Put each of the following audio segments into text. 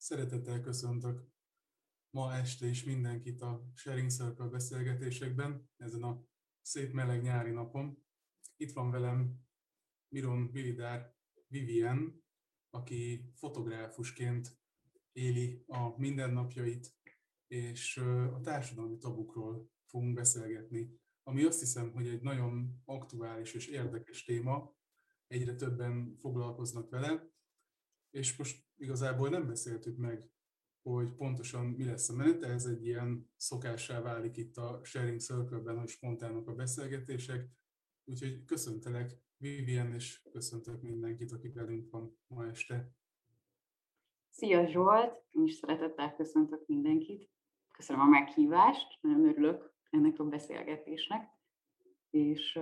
Szeretettel köszöntök ma este is mindenkit a Sharing Circle beszélgetésekben, ezen a szép meleg nyári napon. Itt van velem Miron Vilidár Vivien, aki fotográfusként éli a mindennapjait, és a társadalmi tabukról fogunk beszélgetni, ami azt hiszem, hogy egy nagyon aktuális és érdekes téma, egyre többen foglalkoznak vele, és most igazából nem beszéltük meg, hogy pontosan mi lesz a menete, ez egy ilyen szokássá válik itt a Sharing Circle-ben, hogy spontánok a beszélgetések, úgyhogy köszöntelek Vivien, és köszöntök mindenkit, aki velünk van ma este. Szia Zsolt, én is szeretettel köszöntök mindenkit. Köszönöm a meghívást, nagyon örülök ennek a beszélgetésnek. És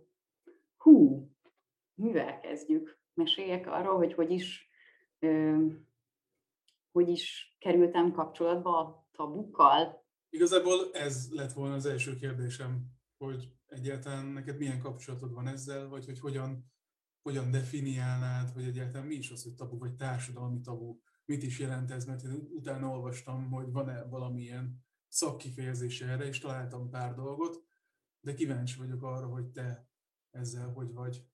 mivel kezdjük? Meséljek arról, hogy hogy is kerültem kapcsolatba a tabukkal? Igazából ez lett volna az első kérdésem, hogy egyáltalán neked milyen kapcsolatod van ezzel, vagy hogy hogyan definiálnád, hogy egyáltalán mi is az, hogy tabu, vagy társadalmi tabu, mit is jelent ez, mert én utána olvastam, hogy van-e valamilyen szakkifejezése erre, és találtam pár dolgot, de kíváncsi vagyok arra, hogy te ezzel hogy vagy.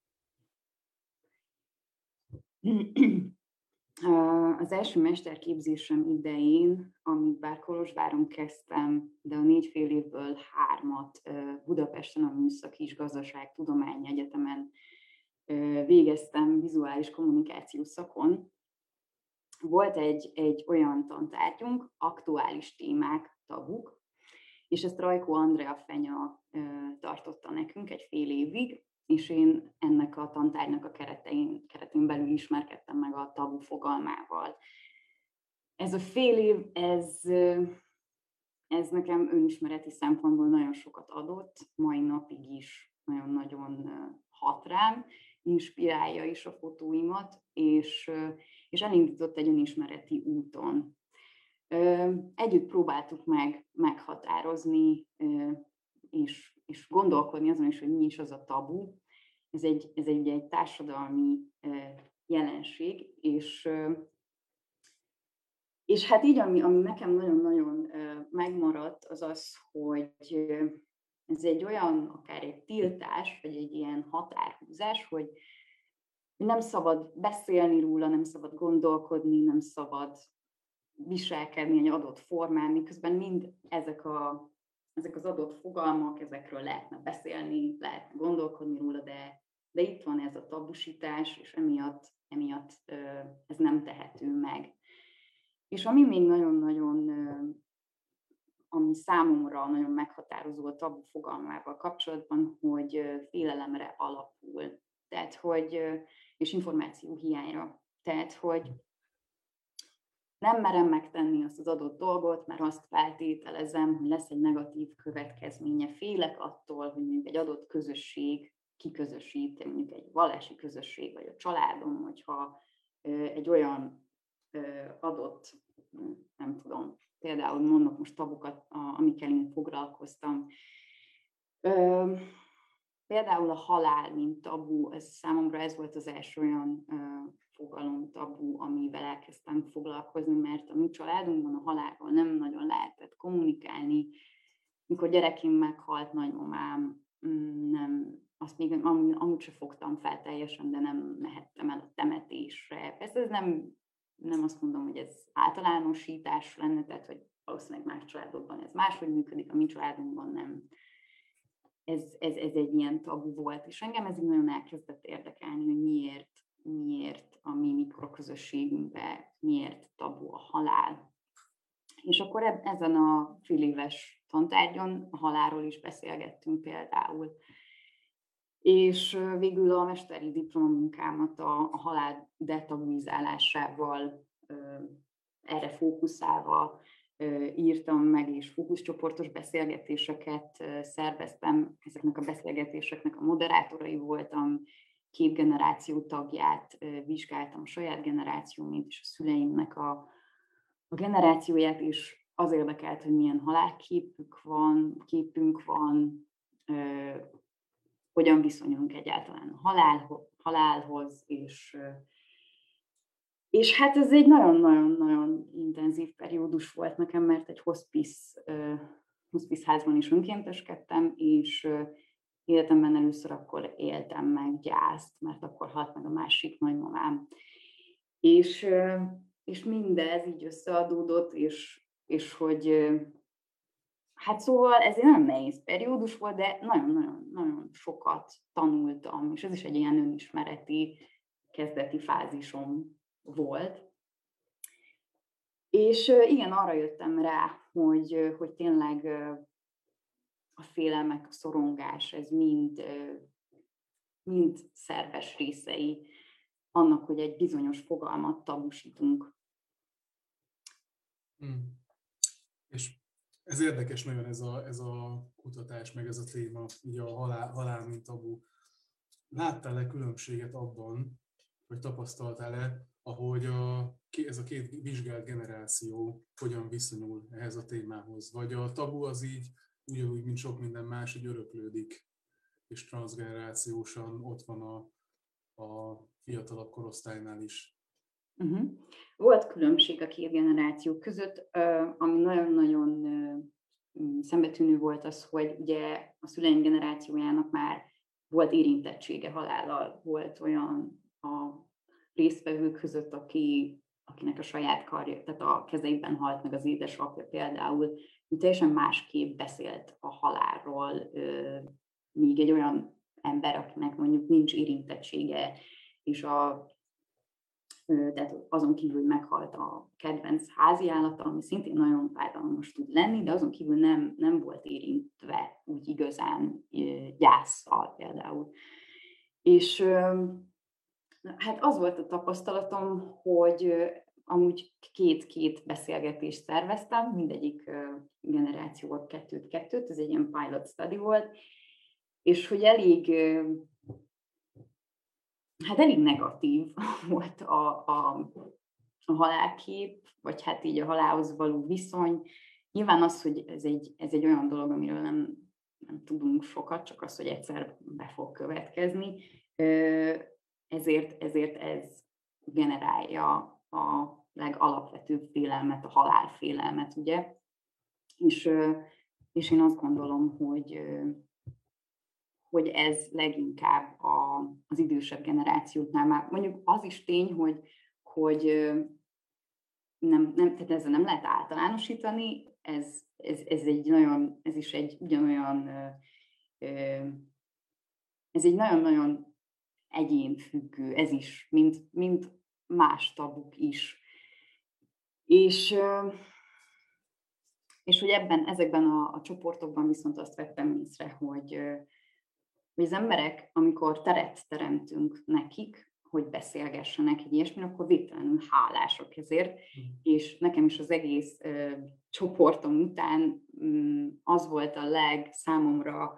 Az első mesterképzésem idején, amit bár Kolozsváron kezdtem, de a 4 fél évből 3 Budapesten a Műszaki és Gazdaságtudományi Egyetemen végeztem vizuális kommunikációs szakon. Volt egy olyan tantárgyunk, aktuális témák, tabuk, és ezt Rajkó Andrea Fenya tartotta nekünk egy fél évig, és én ennek a tantárgynak a keretén belül ismerkedtem meg a tabu fogalmával. Ez a fél év, ez nekem önismereti szempontból nagyon sokat adott, mai napig is nagyon-nagyon hat rám, inspirálja is a fotóimat, és elindított egy önismereti úton. Együtt próbáltuk meghatározni, és gondolkodni azon is, hogy mi is az a tabu. Ez egy társadalmi jelenség, és hát így, ami nekem nagyon-nagyon megmaradt, az az, hogy ez egy olyan, akár egy tiltás, vagy egy ilyen határhúzás, hogy nem szabad beszélni róla, nem szabad gondolkodni, nem szabad viselkedni egy adott formán, miközben mind ezek az adott fogalmak, ezekről lehetne beszélni, lehetne gondolkodni róla, de itt van ez a tabusítás, és emiatt ez nem tehető meg. És ami még nagyon-nagyon, ami számomra nagyon meghatározó a tabu fogalmával kapcsolatban, hogy félelemre alapul, tehát és információ hiányra. Tehát, hogy nem merem megtenni azt az adott dolgot, mert azt feltételezem, hogy lesz egy negatív következménye. Félek attól, hogy mondjuk egy adott közösség kiközösít, mondjuk egy vallási közösség, vagy a családom, hogyha egy olyan adott, nem tudom, például mondok most tabukat, amikkel én foglalkoztam. Például a halál, mint tabu, számomra ez volt az első olyan fogalom, tabu, amivel elkezdtem foglalkozni, mert a mi családunkban a halálról nem nagyon lehetett kommunikálni. Mikor gyerekként meghalt nagymamám, azt még amúgy sem fogtam fel teljesen, de nem mehettem el a temetésre. Persze ez nem azt mondom, hogy ez általánosítás lenne, tehát hogy valószínűleg más családokban ez máshogy működik, a mi családunkban nem. Ez egy ilyen tabu volt, és engem ez így nagyon elkezdett érdekelni, hogy miért a mi mikroközösségünkben, miért tabu a halál. És akkor ezen a féléves tantárgyon a halálról is beszélgettünk például. És végül a mesteri diplomamunkámat a halál detabuizálásával, erre fókuszálva írtam meg, és fókuszcsoportos beszélgetéseket szerveztem. Ezeknek a beszélgetéseknek a moderátorai voltam, képgeneráció tagját vizsgáltam, a saját generációmét és a szüleimnek a generációját, és az érdekelt, hogy milyen képünk van, hogyan viszonyulunk egyáltalán a halálhoz, és hát ez egy nagyon-nagyon-nagyon intenzív periódus volt nekem, mert egy hospice házban is önkénteskedtem, és életemben először akkor éltem meg gyászt, mert akkor halt meg a másik nagymamám. És mindez így összeadódott, és hogy hát szóval ez egy nagyon nehéz periódus volt, de nagyon-nagyon sokat tanultam, és ez is egy ilyen önismereti kezdeti fázisom volt. És igen, arra jöttem rá, hogy tényleg a félelmek, a szorongás, ez mind szerves részei annak, hogy egy bizonyos fogalmat tabusítunk. És ez érdekes nagyon ez a kutatás, meg ez a téma, ugye a halál mint tabu. Láttál-e különbséget abban, vagy tapasztaltál-e, ahogy ez a két vizsgált generáció hogyan viszonyul ehhez a témához? Vagy a tabu az így ugyanúgy, mint sok minden más, így öröklődik, és transzgenerációsan ott van a fiatalabb korosztálynál is? Volt különbség a két generáció között, ami nagyon-nagyon szembetűnő volt az, hogy ugye a szüleim generációjának már volt érintettsége halállal, volt olyan a résztvevők között, akinek a saját karja, tehát a kezeiben halt meg az édesapja például, ő teljesen másképp beszélt a halálról, míg egy olyan ember, akinek mondjuk nincs érintettsége, és tehát azon kívül meghalt a kedvenc háziállata, ami szintén nagyon fájdalmas tud lenni, de azon kívül nem volt érintve úgy igazán gyászsal például. És hát az volt a tapasztalatom, hogy amúgy két beszélgetést szerveztem, mindegyik generációval kettőt, ez egy ilyen pilot study volt, és hogy elég negatív volt a halálkép, vagy hát így a halálhoz való viszony. Nyilván az, hogy ez egy olyan dolog, amiről nem tudunk sokat, csak az, hogy egyszer be fog következni. Ezért ez generálja a legalapvetőbb félelmet, a halálfélelmet, ugye? És én azt gondolom, hogy ez leginkább az idősebb generációknál már. Mondjuk az is tény, hogy tehát ezzel nem lehet általánosítani, ez is egy ugyanolyan, ez egy nagyon-nagyon egyénfüggő, ez is, mint más tabuk is. És hogy ezekben a csoportokban viszont azt vettem észre, hogy az emberek, amikor teret teremtünk nekik, hogy beszélgessenek egy ilyesmin, akkor végtelenül hálásak ezért, és nekem is az egész csoportom után az volt számomra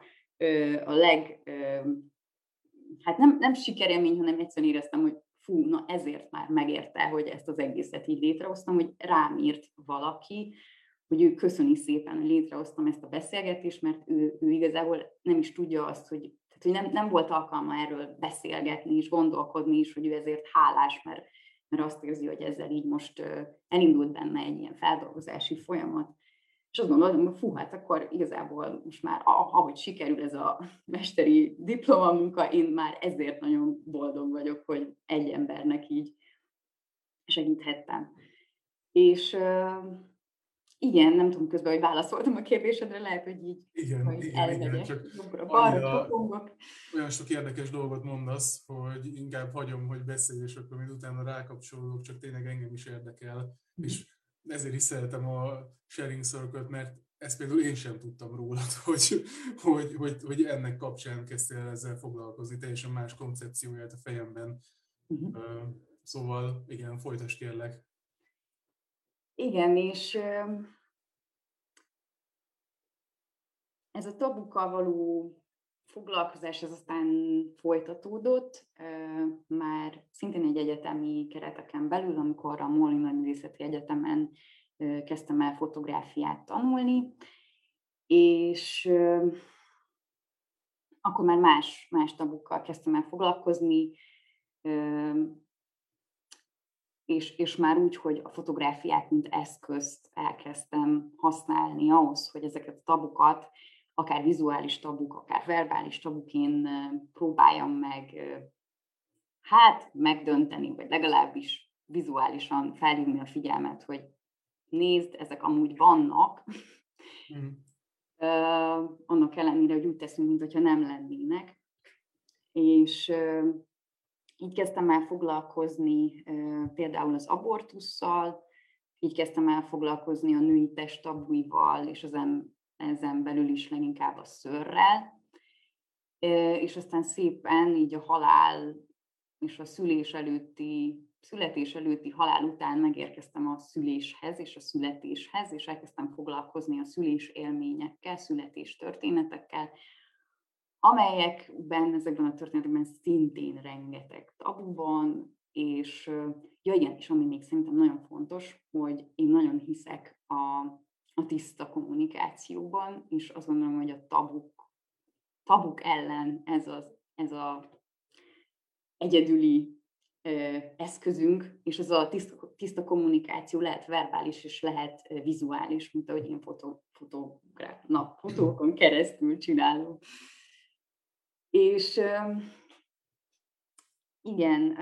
hát nem sikerélmény, hanem egyszerűen éreztem, hogy fú, na ezért már megérte, hogy ezt az egészet így létrehoztam, hogy rám írt valaki, hogy ő köszöni szépen, hogy létrehoztam ezt a beszélgetést, mert ő igazából nem is tudja azt, hogy nem volt alkalma erről beszélgetni és gondolkodni is, hogy ő ezért hálás, mert azt érzi, hogy ezzel így most elindult benne egy ilyen feldolgozási folyamat. És azt gondolom, hogy fú, hát akkor igazából most már, ahogy sikerül ez a mesteri diplomamunka, én már ezért nagyon boldog vagyok, hogy egy embernek így segíthettem. És igen, nem tudom közben, hogy válaszoltam a kérdésedre, lehet, hogy így igen, csak jobbra-balra kopongok. Olyan sok érdekes dolgot mondasz, hogy inkább hagyom, hogy beszélj, és akkor még utána rákapcsolódok, csak tényleg engem is érdekel, és ezért is szeretem a Sharing Circle-t, mert ezt például én sem tudtam rólad, hogy ennek kapcsán kezdtél ezzel foglalkozni, teljesen más koncepcióját a fejemben. Szóval igen, folytasd kérlek. Igen, és ez a tabukkal való foglalkozás, ez aztán folytatódott, már szintén egy egyetemi kereteken belül, amikor a Molnay Nagyművészeti Egyetemen kezdtem el fotográfiát tanulni, és akkor már más tabukkal kezdtem el foglalkozni, és már úgy, hogy a fotográfiát, mint eszközt elkezdtem használni ahhoz, hogy ezeket a tabukat, akár vizuális tabuk, akár verbális tabuk én próbáljam meg megdönteni, vagy legalábbis vizuálisan felhívni a figyelmet, hogy nézd, ezek amúgy vannak, annak ellenére, hogy úgy teszünk, mintha nem lennének. És így kezdtem el foglalkozni például az abortusszal, így kezdtem el foglalkozni a női test tabuival, és ezen belül is leginkább a szőrrel. És aztán szépen így a halál és a születés előtti halál után megérkeztem a szüléshez és a születéshez, és elkezdtem foglalkozni a szülés élményekkel, születés történetekkel, amelyekben, ezekben a történetekben szintén rengeteg tabu van, és igen, és ami még szerintem nagyon fontos, hogy én nagyon hiszek a tiszta kommunikációban, és azt gondolom, hogy a tabuk ellen ez a egyedüli eszközünk, és ez a tiszta kommunikáció lehet verbális, és lehet vizuális, mint ahogy én fotókon keresztül csinálom. És igen,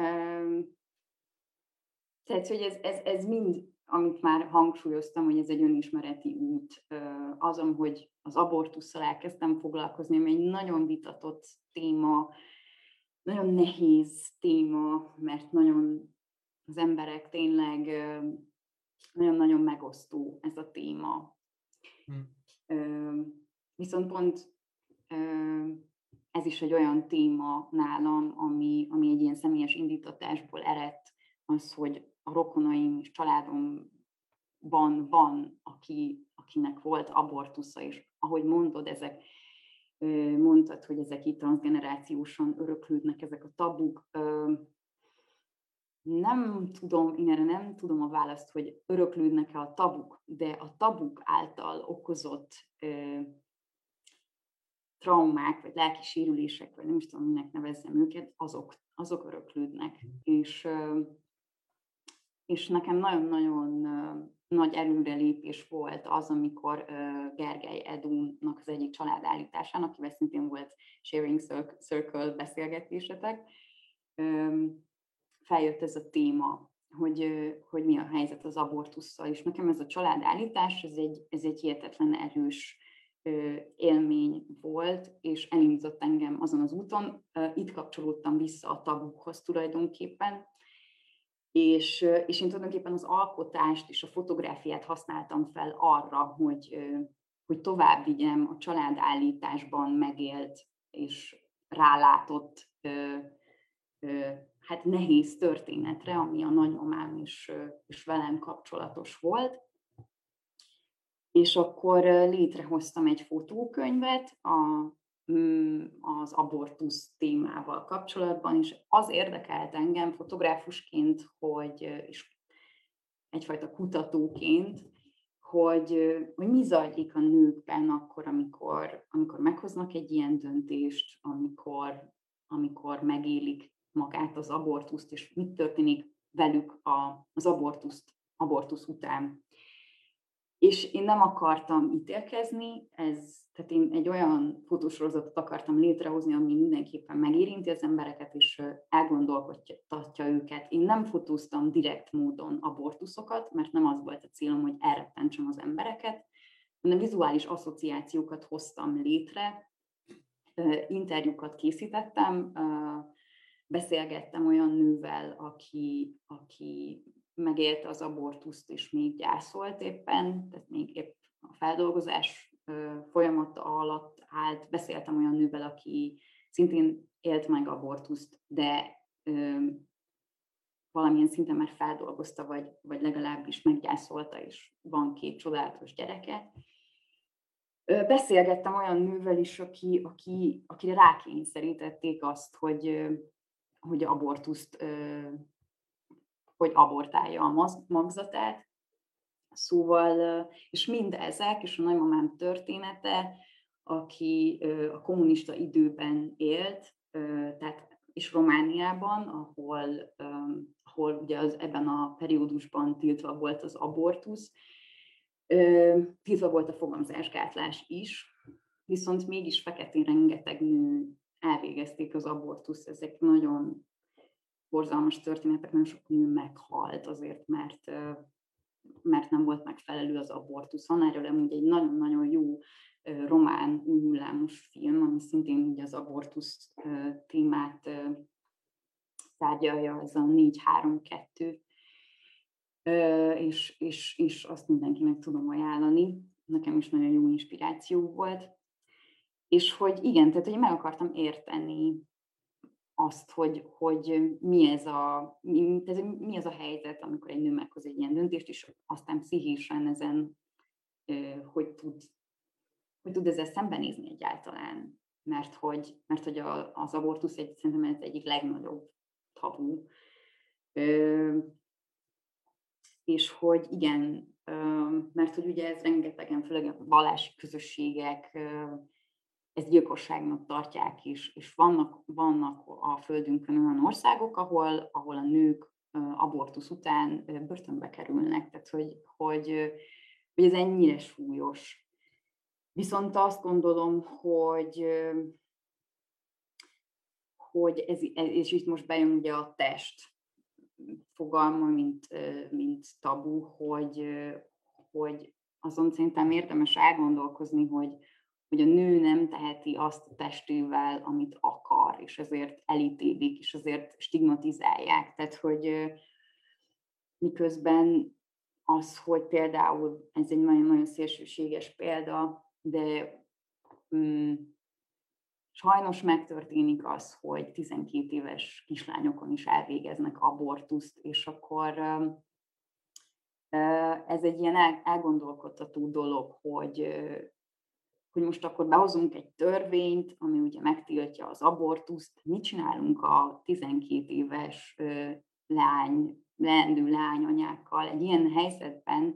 tehát, hogy ez mind, amit már hangsúlyoztam, hogy ez egy önismereti út, azon, hogy az abortusszal elkezdtem foglalkozni, ami egy nagyon vitatott téma, nagyon nehéz téma, mert nagyon az emberek tényleg nagyon-nagyon megosztó ez a téma. Viszont pont ez is egy olyan téma nálam, ami egy ilyen személyes indítatásból eredt, az, hogy a rokonaim és családomban van, akinek volt abortusza, és ahogy mondtad, hogy ezek itt transzgenerációsan öröklődnek, ezek a tabuk. Én erre nem tudom a választ, hogy öröklődnek-e a tabuk, de a tabuk által okozott traumák, vagy lelki sérülések, vagy nem is tudom, minek nevezzem őket, azok öröklődnek. És nekem nagyon-nagyon nagy előrelépés volt az, amikor Gergely Edúnak az egyik családállításán, akivel szintén volt Sharing Circle beszélgetésetek, feljött ez a téma, hogy mi a helyzet az abortusszal, és nekem ez a családállítás, ez egy hihetetlen erős élmény volt, és elindított engem azon az úton. Itt kapcsolódtam vissza a tabukhoz tulajdonképpen, és én tulajdonképpen az alkotást és a fotográfiát használtam fel arra, hogy tovább vigyem a családállításban megélt és rálátott nehéz történetre, ami a nagymamám és velem kapcsolatos volt. És akkor létrehoztam egy fotókönyvet az abortusz témával kapcsolatban, és az érdekelt engem fotográfusként, és egyfajta kutatóként, hogy mi zajlik a nőkben akkor, amikor meghoznak egy ilyen döntést, amikor megélik magát az abortuszt, és mit történik velük az abortusz után. És én nem akartam ítélkezni, tehát én egy olyan fotósorozatot akartam létrehozni, ami mindenképpen megérinti az embereket, és elgondolkodtatja őket. Én nem fotóztam direkt módon abortuszokat, mert nem az volt a célom, hogy elrettentsem az embereket, hanem vizuális asszociációkat hoztam létre, interjúkat készítettem, beszélgettem olyan nővel, aki megélte az abortuszt, és még gyászolt éppen, tehát még épp a feldolgozás folyamata alatt állt. Beszéltem olyan nővel, aki szintén élt meg abortuszt, de valamilyen szinten már feldolgozta, vagy legalábbis meggyászolta, és van 2 csodálatos gyereke. Beszélgettem olyan nővel is, akire rákényszerítették azt, hogy abortuszt, hogy abortálja a magzatát. Szóval, és mindezek, és a nagymamám története, aki a kommunista időben élt, tehát és Romániában, ahol ahol ugye ebben a periódusban tiltva volt az abortusz, tiltva volt a fogamzásgátlás is, viszont mégis feketén rengeteg nő elvégezték az abortuszt. Ezek nagyon borzalmas történetek, nagyon sok nő meghalt azért, mert nem volt megfelelő az abortusz. Van erről amúgy egy nagyon-nagyon jó román új hullámos film, ami szintén ugye az abortusz témát tárgyalja, ez a 4-3-2, és azt mindenkinek tudom ajánlani. Nekem is nagyon jó inspiráció volt. És hogy igen, tehát hogy meg akartam érteni azt, hogy mi ez a helyzet, amikor egy nő meghoz egy ilyen döntést, és aztán pszichésen ezen hogy tud ezzel szembenézni egyáltalán. Mert hogy az abortusz szerintem ez egyik legnagyobb tabu. És hogy igen, mert hogy ugye ez rengetegen, főleg a vallási közösségek ezt gyilkosságnak tartják is, és vannak a földünkön olyan országok, ahol a nők abortusz után börtönbe kerülnek, tehát hogy ez ennyire súlyos. Viszont azt gondolom, hogy és itt most bejön ugye a test fogalma, mint tabu, hogy azon szerintem érdemes elgondolkozni, hogy a nő nem teheti azt a testével, amit akar, és ezért elítélik, és ezért stigmatizálják. Tehát, hogy miközben az, hogy például, ez egy nagyon-nagyon szélsőséges példa, de sajnos megtörténik az, hogy 12 éves kislányokon is elvégeznek abortuszt, és akkor ez egy ilyen elgondolkodtató dolog, hogy most akkor behozunk egy törvényt, ami ugye megtiltja az abortuszt, mit csinálunk a 12 éves leendő lányanyákkal egy ilyen helyzetben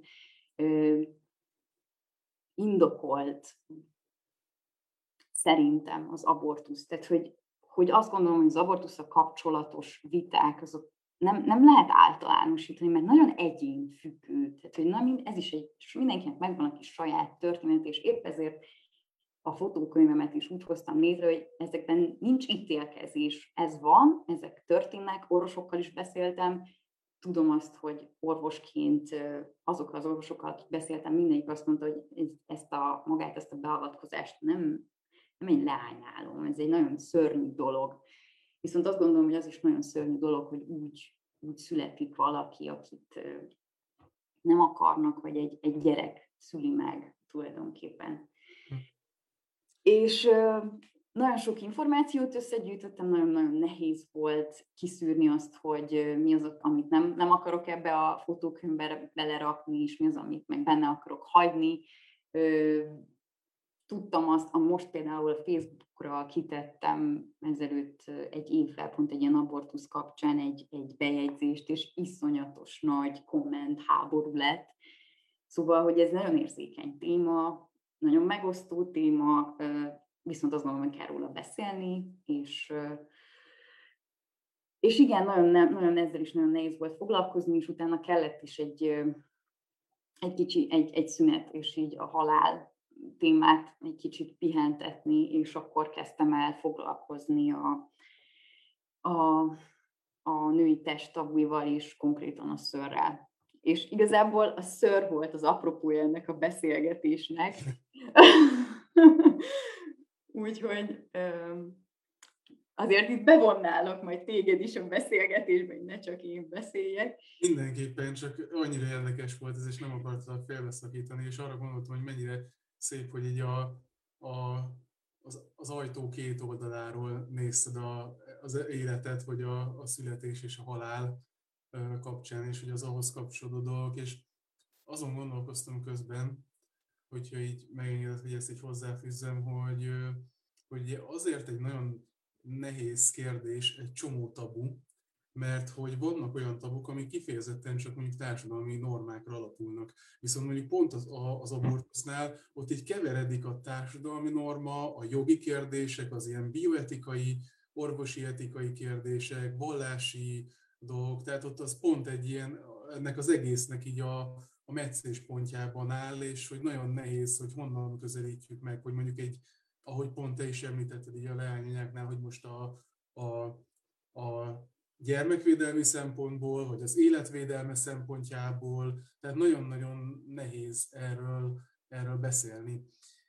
indokolt szerintem az abortusz. Tehát, hogy azt gondolom, hogy az abortusszal kapcsolatos viták, azok nem lehet általánosítani, mert nagyon egyénfüggő. Tehát, hogy ez is mindenkinek megvan a kis saját történet, és épp ezért a fotókönyvemet is úgy hoztam létre, hogy ezekben nincs ítélkezés. Ez van, ezek történnek, orvosokkal is beszéltem, tudom azt, hogy orvosként azokkal az orvosokkal, akik beszéltem, mindegyik azt mondta, hogy ezt a beavatkozást nem egy leányálom, ez egy nagyon szörnyű dolog. Viszont azt gondolom, hogy az is nagyon szörnyű dolog, hogy úgy születik valaki, akit nem akarnak, vagy egy gyerek szüli meg tulajdonképpen. És nagyon sok információt összegyűjtöttem, nagyon-nagyon nehéz volt kiszűrni azt, hogy mi az, amit nem akarok ebbe a fotókönyvbe belerakni, és mi az, amit meg benne akarok hagyni. Tudtam azt, most például a Facebookra kitettem ezelőtt egy évvel, pont egy ilyen abortusz kapcsán egy bejegyzést, és iszonyatos nagy komment háború lett. Szóval, hogy ez nagyon érzékeny téma, nagyon megosztó téma, viszont azt gondolom, hogy kell róla beszélni, és igen, nagyon ezzel is nagyon nehéz volt foglalkozni, és utána kellett is egy szünet, és így a halál témát egy kicsit pihentetni, és akkor kezdtem el foglalkozni a női test tabujval is, konkrétan a szőrrel. És igazából a szőr volt az apropója ennek a beszélgetésnek. Úgyhogy azért itt bevonnálok majd téged is a beszélgetésbe, hogy ne csak én beszéljek. Mindenképpen, csak annyira érdekes volt ez, és nem akartam félbeszakítani, és arra gondoltam, hogy mennyire szép, hogy így az ajtó két oldaláról nézted az életet, vagy a születés és a halál kapcsán, és hogy az ahhoz kapcsolódó dolgok, és azon gondolkoztam közben, hogyha így megengedett, hogy ezt így hozzáfűzzem, hogy azért egy nagyon nehéz kérdés, egy csomó tabu, mert hogy vannak olyan tabuk, amik kifejezetten csak mondjuk társadalmi normákra alapulnak. Viszont mondjuk pont az abortusznál ott így keveredik a társadalmi norma, a jogi kérdések, az ilyen bioetikai, orvosi etikai kérdések, vallási, dolgok. Tehát ott az pont egy ilyen, ennek az egésznek így a meccéspontjában áll, és hogy nagyon nehéz, hogy honnan közelítjük meg, hogy mondjuk ahogy pont te is említetted így a leányanyáknál, hogy most a gyermekvédelmi szempontból, vagy az életvédelme szempontjából, tehát nagyon-nagyon nehéz erről beszélni.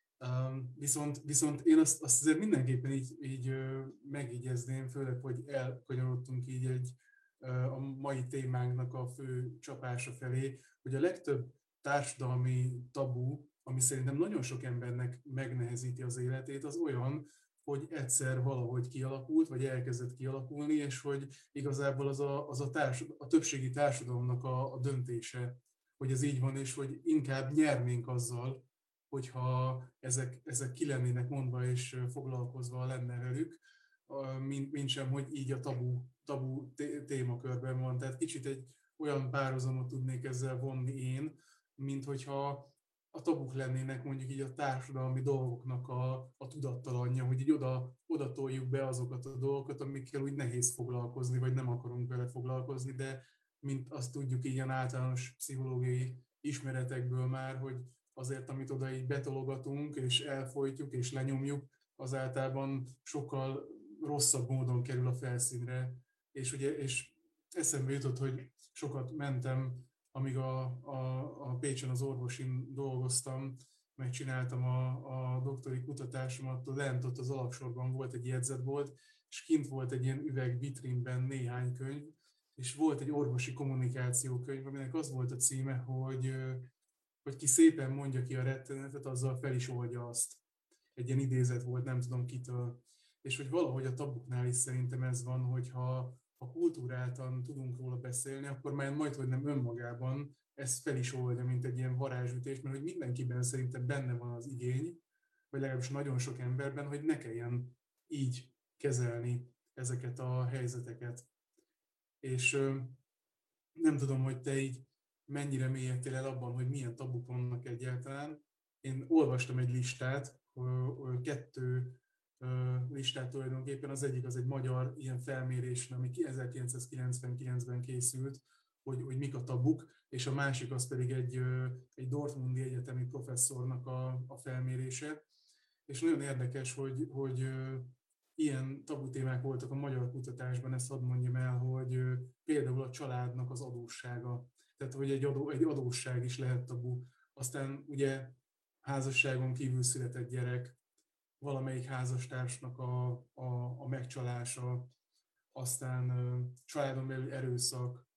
Viszont én azt azért mindenképpen így megígyezném, főleg, hogy elkanyarodtunk így a mai témánknak a fő csapása felé, hogy a legtöbb társadalmi tabu, ami szerintem nagyon sok embernek megnehezíti az életét, az olyan, hogy egyszer valahogy kialakult, vagy elkezdett kialakulni, és hogy igazából a többségi társadalomnak a döntése, hogy ez így van, és hogy inkább nyernénk azzal, hogyha ezek ki lennének mondva és foglalkozva lenne velük, mint sem, hogy így a tabu témakörben van. Tehát kicsit egy olyan párhuzamot tudnék ezzel vonni én, mint hogyha a tabuk lennének mondjuk így a társadalmi dolgoknak a tudattalanja, hogy így oda toljuk be azokat a dolgokat, amikkel úgy nehéz foglalkozni, vagy nem akarunk vele foglalkozni, de mint azt tudjuk ilyen általános pszichológiai ismeretekből már, hogy azért, amit oda így betologatunk, és elfolytjuk, és lenyomjuk, az általában sokkal rosszabb módon kerül a felszínre. És eszembe jutott, hogy sokat mentem, amíg a Pécsen az orvosin dolgoztam, megcsináltam a doktori kutatásomat, lent ott az alapsorban volt egy jegyzetbolt, és kint volt egy ilyen üvegvitrínben néhány könyv, és volt egy orvosi kommunikációkönyv, aminek az volt a címe, hogy ki szépen mondja ki a rettenetet, azzal fel is oldja azt. Egy ilyen idézet volt, nem tudom kitől. És hogy valahogy a tabuknál is szerintem ez van, hogyha kultúráltan tudunk róla beszélni, akkor már majdhogy nem önmagában ez fel is oldja, mint egy ilyen varázsütés, mert hogy mindenkiben szerintem benne van az igény, vagy legalábbis nagyon sok emberben, hogy ne kelljen így kezelni ezeket a helyzeteket. És nem tudom, hogy te így mennyire mélyedtél el abban, hogy milyen tabuk vannak egyáltalán. Én olvastam egy listát, 2 listát tulajdonképpen. Az egyik az egy magyar ilyen felmérés, ami 1999-ben készült, hogy mik a tabuk, és a másik az pedig egy dortmundi egyetemi professzornak a felmérése. És nagyon érdekes, hogy ilyen tabu témák voltak a magyar kutatásban, ezt hadd mondjam el, hogy például a családnak az adóssága. Tehát, hogy egy adósság is lehet tabu. Aztán ugye házasságon kívül született gyerek, valamelyik házastársnak a megcsalása, aztán családon belül erőszak,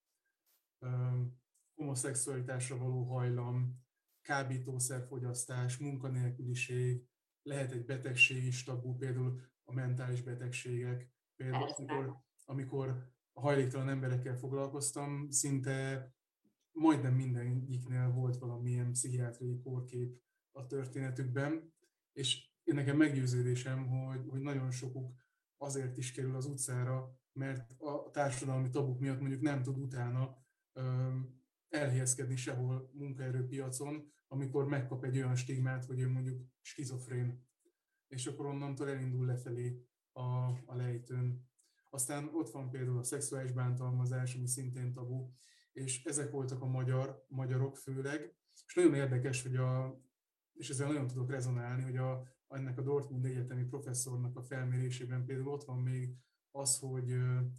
homoszexualitásra való hajlam, kábítószerfogyasztás, munkanélküliség, lehet egy betegség is tabu, például a mentális betegségek. Például amikor a hajléktalan emberekkel foglalkoztam, szinte majdnem mindegyiknél volt valamilyen pszichiátriai kórkép a történetükben, és én nekem meggyőződésem, hogy nagyon sokuk azért is kerül az utcára, mert a társadalmi tabuk miatt mondjuk nem tud utána elhelyezkedni sehol munkaerőpiacon, amikor megkap egy olyan stigmát, hogy ő mondjuk skizofrén, és akkor onnantól elindul lefelé a lejtőn. Aztán ott van például a szexuális bántalmazás, ami szintén tabu, és ezek voltak a magyarok főleg, és nagyon érdekes, és ezzel nagyon tudok rezonálni, hogy ennek a Dortmund egyetemi professzornak a felmérésében például ott van még az, hogy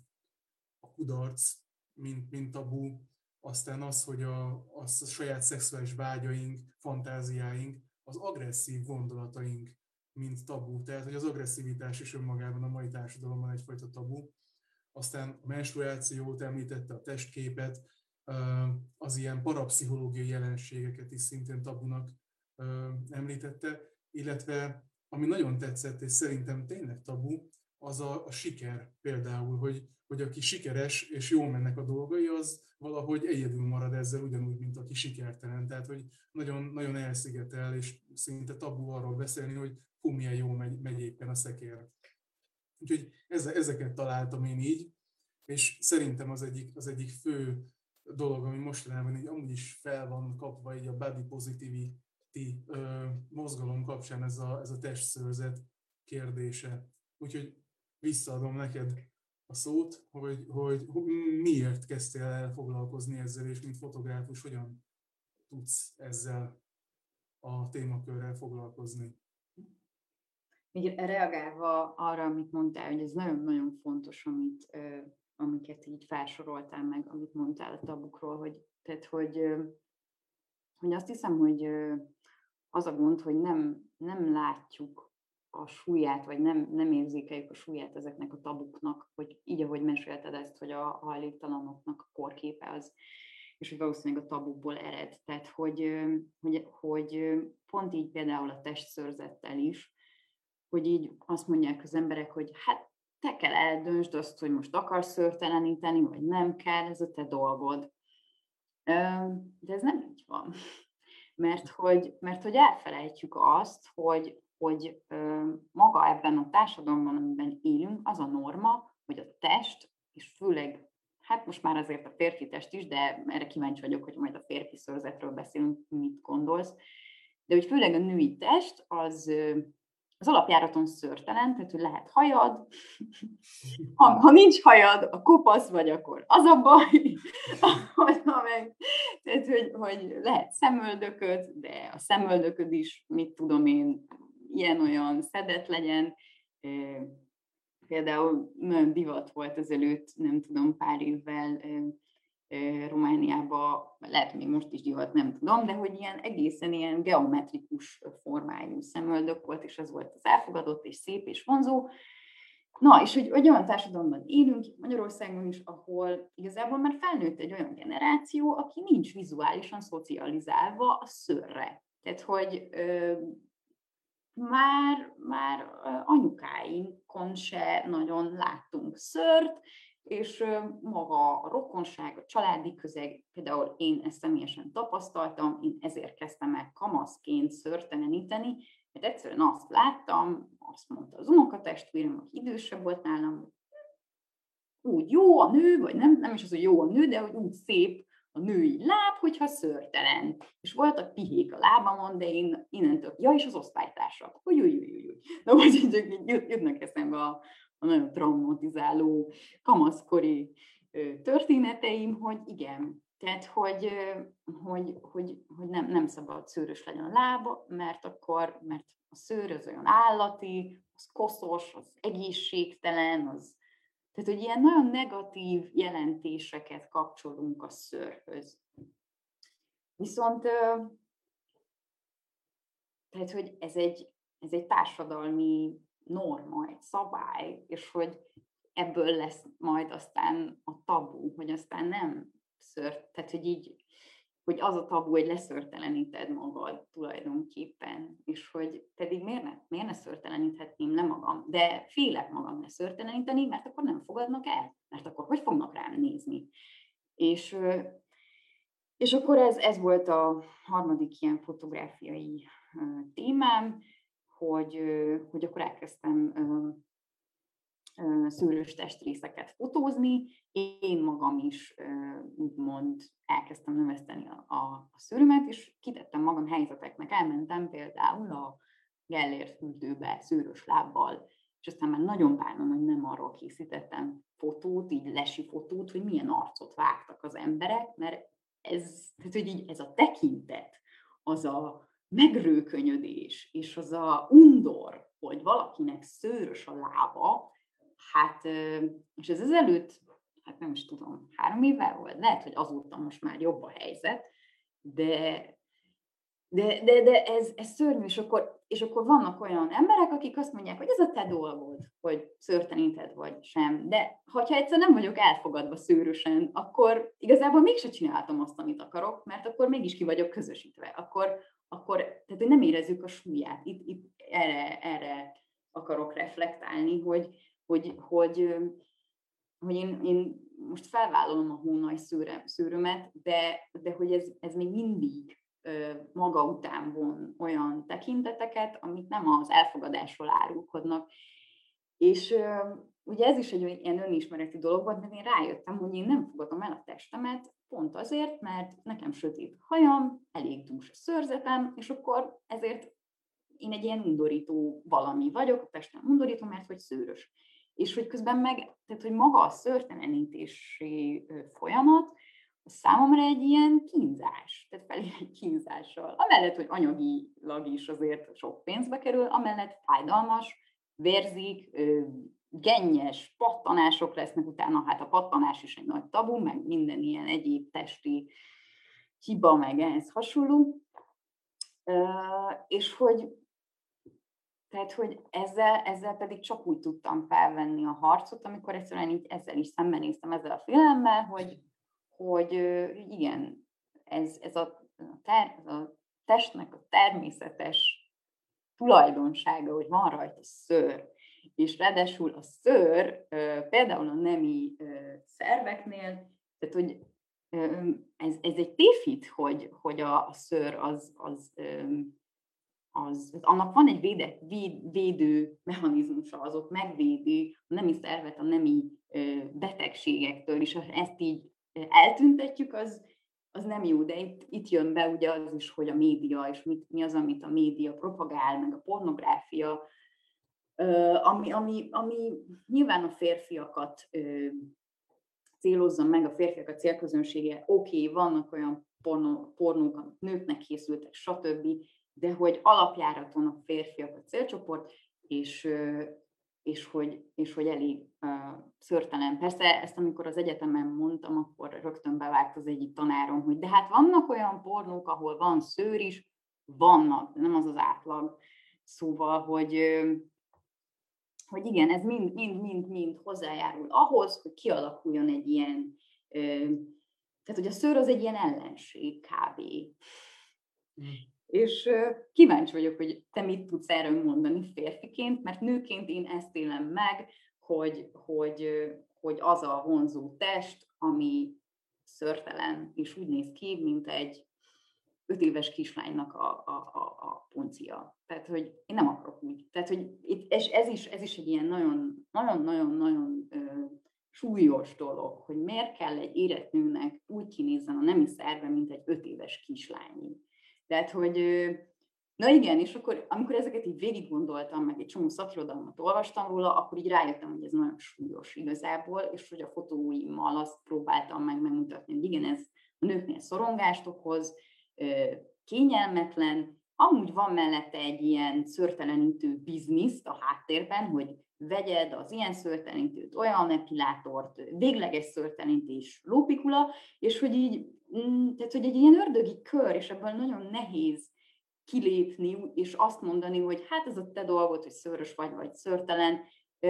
a kudarc, mint tabu, aztán az, hogy a saját szexuális vágyaink, fantáziáink, az agresszív gondolataink, mint tabu. Tehát, hogy az agresszivitás is önmagában a mai társadalomban egyfajta tabu. Aztán a menstruációt említette, a testképet, az ilyen parapszichológiai jelenségeket is szintén tabunak említette, illetve ami nagyon tetszett, és szerintem tényleg tabu, az a siker például, hogy aki sikeres és jól mennek a dolgai, az valahogy egyedül marad ezzel, ugyanúgy, mint aki sikertelen. Tehát, hogy nagyon, nagyon elszigetel, és szinte tabu arról beszélni, hogy hú, milyen jól megy éppen a szekér. Úgyhogy ezeket találtam én így, és szerintem az egyik fő dolog, ami mostanában így amúgy is fel van kapva így a body positivity mozgalom kapcsán ez a testszőrzet kérdése. Úgyhogy visszaadom neked a szót, hogy miért kezdtél el foglalkozni ezzel, és mint fotográfus, hogyan tudsz ezzel a témakörrel foglalkozni. Így reagálva arra, amit mondtál, hogy ez nagyon-nagyon fontos, amiket így felsoroltál meg, amit mondtál a tabukról, hogy azt hiszem, hogy az a gond, hogy nem látjuk a súlyát, vagy nem érzékeljük a súlyát ezeknek a tabuknak, hogy így, ahogy mesélted ezt, hogy a hajléktalanoknak a korképe az, és hogy valószínűleg a tabukból ered. Tehát, hogy pont így például a testszőrzettel is, hogy így azt mondják az emberek, hogy hát te kell eldöntsd azt, hogy most akarsz szőrteleníteni, vagy nem kell, ez a te dolgod. De ez nem így van. Mert hogy elfelejtjük azt, hogy maga ebben a társadalomban, amiben élünk, az a norma, hogy a test, és főleg, hát most már azért a férfi test is, de erre kíváncsi vagyok, hogy majd a férfi szőrzetről beszélünk, mit gondolsz, de hogy főleg a női test az alapjáraton szőrtelen, tehát hogy lehet hajad, ha nincs hajad, a kopasz vagy, akkor az a baj, tehát hogy lehet szemöldököd, de a szemöldököd is, mit tudom én, ilyen-olyan szedett legyen. Például nagyon divat volt ezelőtt, nem tudom, pár évvel Romániában, lehet még most is divat, nem tudom, de hogy egészen ilyen geometrikus formájú szemöldök volt, és az volt az elfogadott, és szép, és vonzó. Na, és hogy olyan társadalomban élünk, Magyarországon is, ahol igazából már felnőtt egy olyan generáció, aki nincs vizuálisan szocializálva a szőrre. Tehát, hogy már anyukáinkon se nagyon láttunk szőrt, és maga a rokonság, a családi közeg, például én ezt személyesen tapasztaltam, én ezért kezdtem el kamaszként szőrteleníteni, mert egyszerűen azt láttam, azt mondta az unokatestvérem, aki idősebb volt nálam, úgy jó a nő, vagy nem is az, hogy jó a nő, de hogy úgy szép a női láb, hogyha szőrtelen. És voltak pihék a lábamon, de én innentől, és az osztálytársak, hogy. Na, vagy csak jutnak eszembe a nagyon traumatizáló kamaszkori történeteim, hogy igen, tehát, hogy nem szabad szőrös legyen a lába, mert a szőr az olyan állati, az koszos, az egészségtelen, tehát, hogy ilyen nagyon negatív jelentéseket kapcsolunk a szőrhöz. Viszont, tehát, hogy ez egy társadalmi norma, egy szabály, és hogy ebből lesz majd aztán a tabu, hogy aztán nem tehát, hogy az a tabu, hogy leszőrteleníted magad tulajdonképpen, és hogy pedig miért ne szőrteleníthetném le magam, de félek magam leszőrteleníteni, mert akkor nem fogadnak el, mert akkor hogy fognak rám nézni. És akkor ez volt a harmadik ilyen fotográfiai témám, hogy akkor elkezdtem szőrös testrészeket fotózni. Én magam is úgymond elkezdtem növeszteni a szőrömet, és kitettem magam helyzeteknek. Elmentem például a Gellért fürdőbe szőrös lábbal, és aztán már nagyon bánom, hogy nem arról készítettem fotót, így lesi fotót, hogy milyen arcot vágtak az emberek, mert tehát, hogy így ez a tekintet, az a megrőkönyödés, és az a undor, hogy valakinek szőrös a lába, hát, és ez ezelőtt, hát nem is tudom, 3 évvel volt, lehet, hogy azóta most már jobb a helyzet, de ez szörnyű, és akkor vannak olyan emberek, akik azt mondják, hogy ez a te dolgod, hogy szőrteleníted vagy sem, de ha egyszer nem vagyok elfogadva szőrösen, akkor igazából mégse csináltam azt, amit akarok, mert akkor mégis ki vagyok közösítve, akkor tehát, hogy nem érezzük a súlyát. Itt erre akarok reflektálni, hogy én most felvállalom a hónaj szőrömet, de hogy ez még mindig maga után von olyan tekinteteket, amik nem az elfogadásról árulkodnak. És ugye ez is egy ilyen önismereti dolog volt, mert én rájöttem, hogy én nem fogadom el a testemet, pont azért, mert nekem sötét hajam, elég dús a szőrzetem, és akkor ezért én egy ilyen undorító valami vagyok, a testem undorító, mert hogy szőrös. és hogy közben meg, tehát hogy maga a szőrtelenítési folyamat, számomra egy ilyen kínzás, tehát felé egy kínzással. Amellett, hogy anyagilag is azért sok pénzbe kerül, amellett fájdalmas, vérzik, gennyes pattanások lesznek utána, hát a pattanás is egy nagy tabu, meg minden ilyen egyéb testi hiba, meg ehhez hasonló. És hogy tehát, hogy ezzel pedig csak úgy tudtam felvenni a harcot, amikor egyszerűen így ezzel is szembenéztem, ezzel a félelemmel, hogy igen, ez a testnek a természetes tulajdonsága, hogy van rajta szőr, és ráadásul a szőr például a nemi szerveknél, tehát hogy ez egy tévhit, hogy a szőr annak van egy védő mechanizmusa, az ott megvédi a nemi szervet a nemi betegségektől, és ha ezt így eltüntetjük, az nem jó, de itt jön be ugye az is, hogy a média, és mi az, amit a média propagál, meg a pornográfia, ami nyilván a férfiakat célozza meg, a férfiak a célközönsége, oké, vannak olyan pornók, amik nőknek készültek, stb., de hogy alapjáraton a férfiak a célcsoport, és hogy elég szőrtelen. Persze ezt amikor az egyetemen mondtam, akkor rögtön bevágt az egyik tanárom, hogy de hát vannak olyan pornók, ahol van szőr is, vannak, nem az az átlag. Szóval, hogy igen, ez mind hozzájárul ahhoz, hogy kialakuljon egy ilyen, tehát hogy a szőr az egy ilyen ellenség kb. És kíváncsi vagyok, hogy te mit tudsz erről mondani férfiként, mert nőként én ezt élem meg, hogy az a vonzó test, ami szőrtelen, és úgy néz ki, mint egy 5 éves kislánynak a puncia. Tehát, hogy én nem akarok úgy. Tehát, hogy ez is egy ilyen nagyon súlyos dolog, hogy miért kell egy érett nőnek úgy kinézzen a nemi szerve, mint egy 5 éves kislány. Tehát, hogy na igen, és akkor, amikor ezeket így végig gondoltam, meg egy csomó szakirodalmat olvastam róla, akkor így rájöttem, hogy ez nagyon súlyos igazából, és hogy a fotóimmal azt próbáltam megmutatni, hogy igen, ez a nőknél szorongást okoz, kényelmetlen, amúgy van mellette egy ilyen szőrtelenítő bizniszt a háttérben, hogy vegyed az ilyen szőrtelenítőt, olyan epilátort, végleges szőrtelenítés, lópikula, és hogy így, tehát hogy egy ilyen ördögi kör, és ebből nagyon nehéz kilépni, és azt mondani, hogy hát ez a te dolgod, hogy szőrös vagy szőrtelen,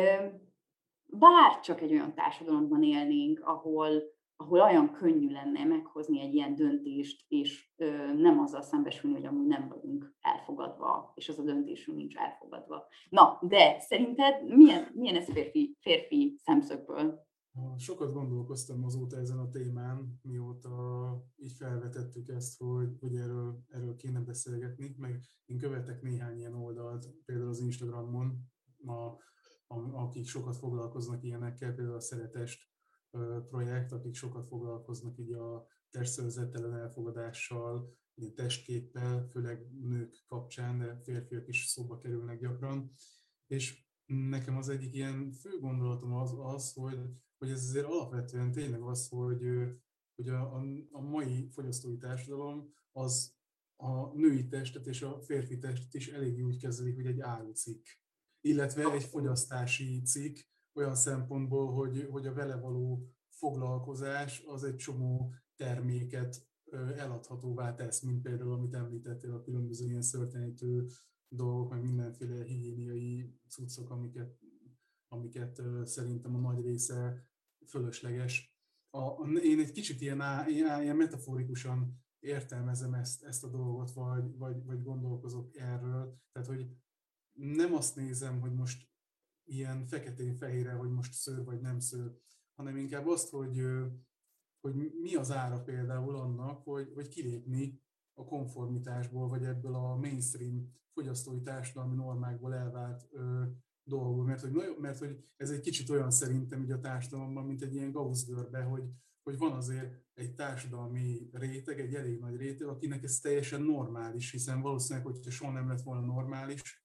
bár csak egy olyan társadalomban élnénk, ahol olyan könnyű lenne meghozni egy ilyen döntést, és nem azzal szembesülni, hogy amúgy nem vagyunk elfogadva, és az a döntésünk nincs elfogadva. Na, de szerinted milyen ez férfi szemszögből? Sokat gondolkoztam azóta ezen a témán, mióta így felvetettük ezt, hogy erről kéne beszélgetni, meg én követek néhány ilyen oldalt, például az Instagramon, akik sokat foglalkoznak ilyenekkel, például a Szeretest projekt, akik sokat foglalkoznak így a testszervezettelen elfogadással, ilyen testképpel, főleg nők kapcsán, de férfiak is szóba kerülnek gyakran. És nekem az egyik ilyen fő gondolatom az hogy ez azért alapvetően tényleg az, hogy a mai fogyasztói társadalom az a női testet és a férfi testet is elég úgy kezeli, hogy egy árucikk, illetve egy fogyasztási cikk, olyan szempontból, hogy a vele való foglalkozás az egy csomó terméket eladhatóvá tesz, mint például, amit említettél, a különböző ilyen szőrtelenítő dolgok, meg mindenféle higiéniai cuccok, amiket szerintem a nagy része fölösleges. Én egy kicsit ilyen metaforikusan értelmezem ezt a dolgot, vagy gondolkozok erről. Tehát, hogy nem azt nézem, hogy most ilyen feketén-fehérre, hogy most szőr vagy nem szőr, hanem inkább azt, hogy mi az ára például annak, hogy kilépni a konformitásból, vagy ebből a mainstream fogyasztói társadalmi normákból elvált dolgok. Mert hogy ez egy kicsit olyan szerintem így a társadalomban, mint egy ilyen Gauss-görbe, hogy van azért egy társadalmi réteg, egy elég nagy réteg, akinek ez teljesen normális, hiszen valószínűleg, hogyha soha nem lett volna normális,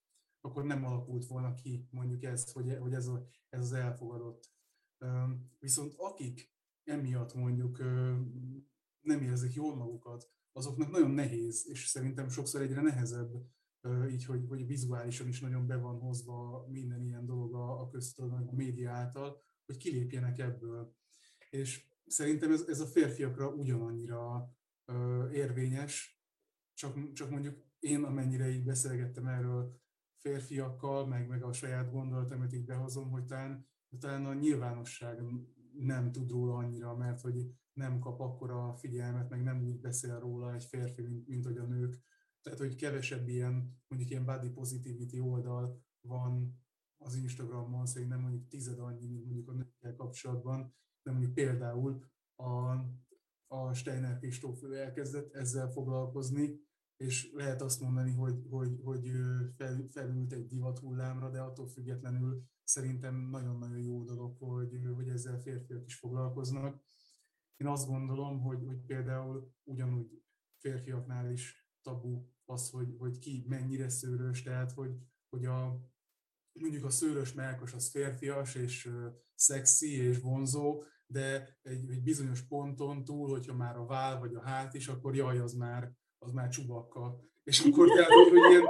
akkor nem alakult volna ki mondjuk ez, hogy ez az elfogadott. Viszont akik emiatt mondjuk nem érzik jól magukat, azoknak nagyon nehéz, és szerintem sokszor egyre nehezebb, így, hogy vizuálisan is nagyon be van hozva minden ilyen dolog a köztudatban, a média által, hogy kilépjenek ebből. És szerintem ez a férfiakra ugyanannyira érvényes, csak mondjuk én, amennyire így beszélgettem erről férfiakkal, meg a saját gondolatomat így behozom, hogy talán a nyilvánosság nem tud róla annyira, mert hogy nem kap akkora figyelmet, meg nem úgy beszél róla egy férfi, mint hogy a nők. Tehát, hogy kevesebb mondjuk ilyen body positivity oldal van az Instagramon, szerintem mondjuk 10 annyi, mint mondjuk a nőkkel kapcsolatban, de mondjuk például a Steiner Kristóf elkezdett ezzel foglalkozni, és lehet azt mondani, hogy felült egy divat hullámra, de attól függetlenül szerintem nagyon-nagyon jó dolog, hogy ezzel férfiak is foglalkoznak. Én azt gondolom, hogy például ugyanúgy férfiaknál is tabu az, hogy ki mennyire szőrös, tehát hogy mondjuk a szőrös mellkas az férfias, és szexi, és vonzó, de egy bizonyos ponton túl, hogyha már a váll vagy a hát is, akkor jaj, az már Csubakka. És akkor tehát, hogy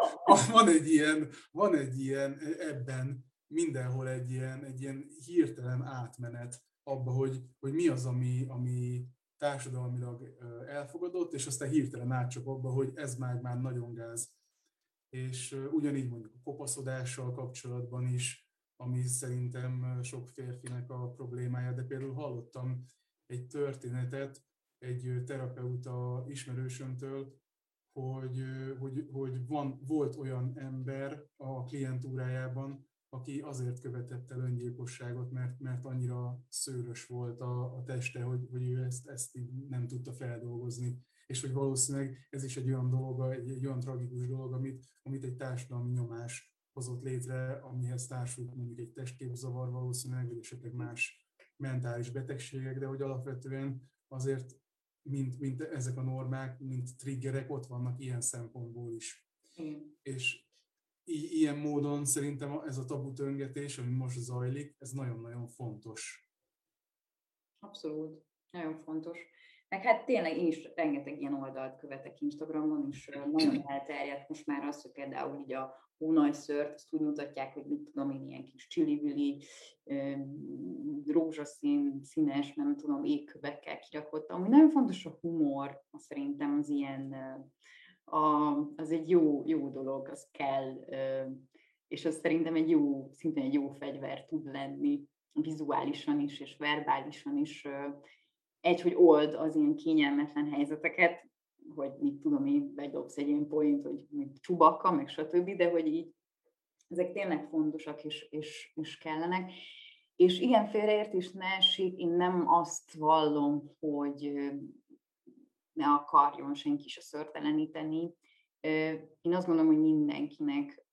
van egy ilyen ebben mindenhol egy ilyen hirtelen átmenet abba, hogy mi az, ami társadalmilag elfogadott, és aztán hirtelen átcsap abba, hogy ez már nagyon gáz. És ugyanígy mondjuk a kopaszodással kapcsolatban is, ami szerintem sok férfinek a problémája, de például hallottam egy történetet egy terapeuta ismerősömtől, hogy volt olyan ember a klientúrájában, aki azért követett el öngyilkosságot, mert annyira szőrös volt a teste, hogy ő ezt így nem tudta feldolgozni. És hogy valószínűleg ez is egy olyan dolog, egy olyan tragikus dolog, amit egy társadalmi nyomás hozott létre, amihez társult mondjuk egy testképzavar valószínűleg, vagy esetleg más mentális betegségek, de hogy alapvetően azért mint ezek a normák, mint triggerek ott vannak ilyen szempontból is. És ilyen módon szerintem ez a tabutöngetés, ami most zajlik, ez nagyon-nagyon fontos. Abszolút, nagyon fontos. Meg hát tényleg én is rengeteg ilyen oldalt követek Instagramon, és nagyon elterjedt most már az, hogy például így a hónajszőrt, azt úgy mutatják, hogy mit tudom én, ilyen kis csili-vili, rózsaszín, színes, nem tudom, égkövekkel kirakott. Ami nagyon fontos a humor, szerintem az ilyen, az egy jó dolog, az kell, és az szerintem szintén egy jó fegyver tud lenni, vizuálisan is, és verbálisan is, hogy old az ilyen kényelmetlen helyzeteket, hogy mit tudom én, bedobsz egy ilyen point, hogy mint Csubakka, meg stb., de hogy így ezek tényleg fontosak és kellenek. És igen, félreértés ne essék, én nem azt vallom, hogy ne akarjon senki se szőrteleníteni. Én azt gondolom, hogy mindenkinek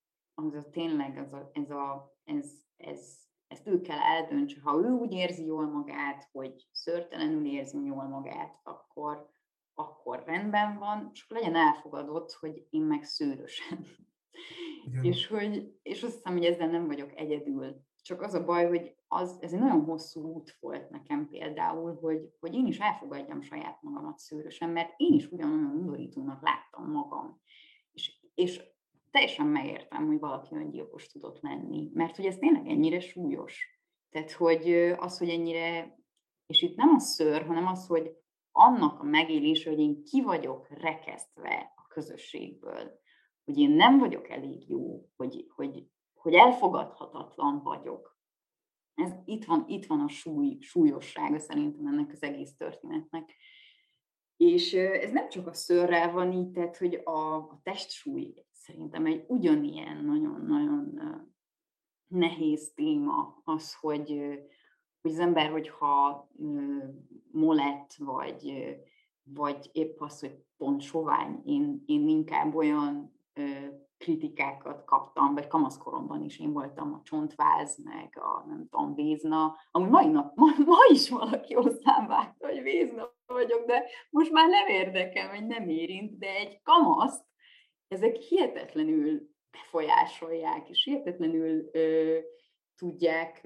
ezt ő kell eldöntse. Ha ő úgy érzi jól magát, hogy szőrtelenül érzi jól magát, akkor rendben van, és legyen elfogadott, hogy én meg szőrösen. És azt hiszem, hogy ezzel nem vagyok egyedül. Csak az a baj, hogy ez egy nagyon hosszú út volt nekem például, hogy én is elfogadjam saját magamat szőrösen, mert én is ugyanolyan undorítónak láttam magam. És teljesen megértem, hogy valaki öngyilkos tudott lenni, mert hogy ez tényleg ennyire súlyos. Tehát, hogy az, hogy ennyire, és itt nem a szőr, hanem az, hogy annak a megélése, hogy én ki vagyok rekesztve a közösségből, hogy én nem vagyok elég jó, hogy elfogadhatatlan vagyok. Itt van a súlyossága szerintem ennek az egész történetnek. És ez nem csak a szőrrel van így, tehát hogy a testsúly szerintem egy ugyanilyen nagyon-nagyon nehéz téma az, hogy az ember, hogyha molett, vagy épp az, hogy pont sovány, én inkább olyan kritikákat kaptam, vagy kamaszkoromban is én voltam a csontváz, meg a nem tudom, vézna, ami ma is valaki hozzám vágta, hogy vézna vagyok, de most már nem érdekel, vagy nem érint, de egy kamaszt, ezek hihetetlenül befolyásolják, és hihetetlenül tudják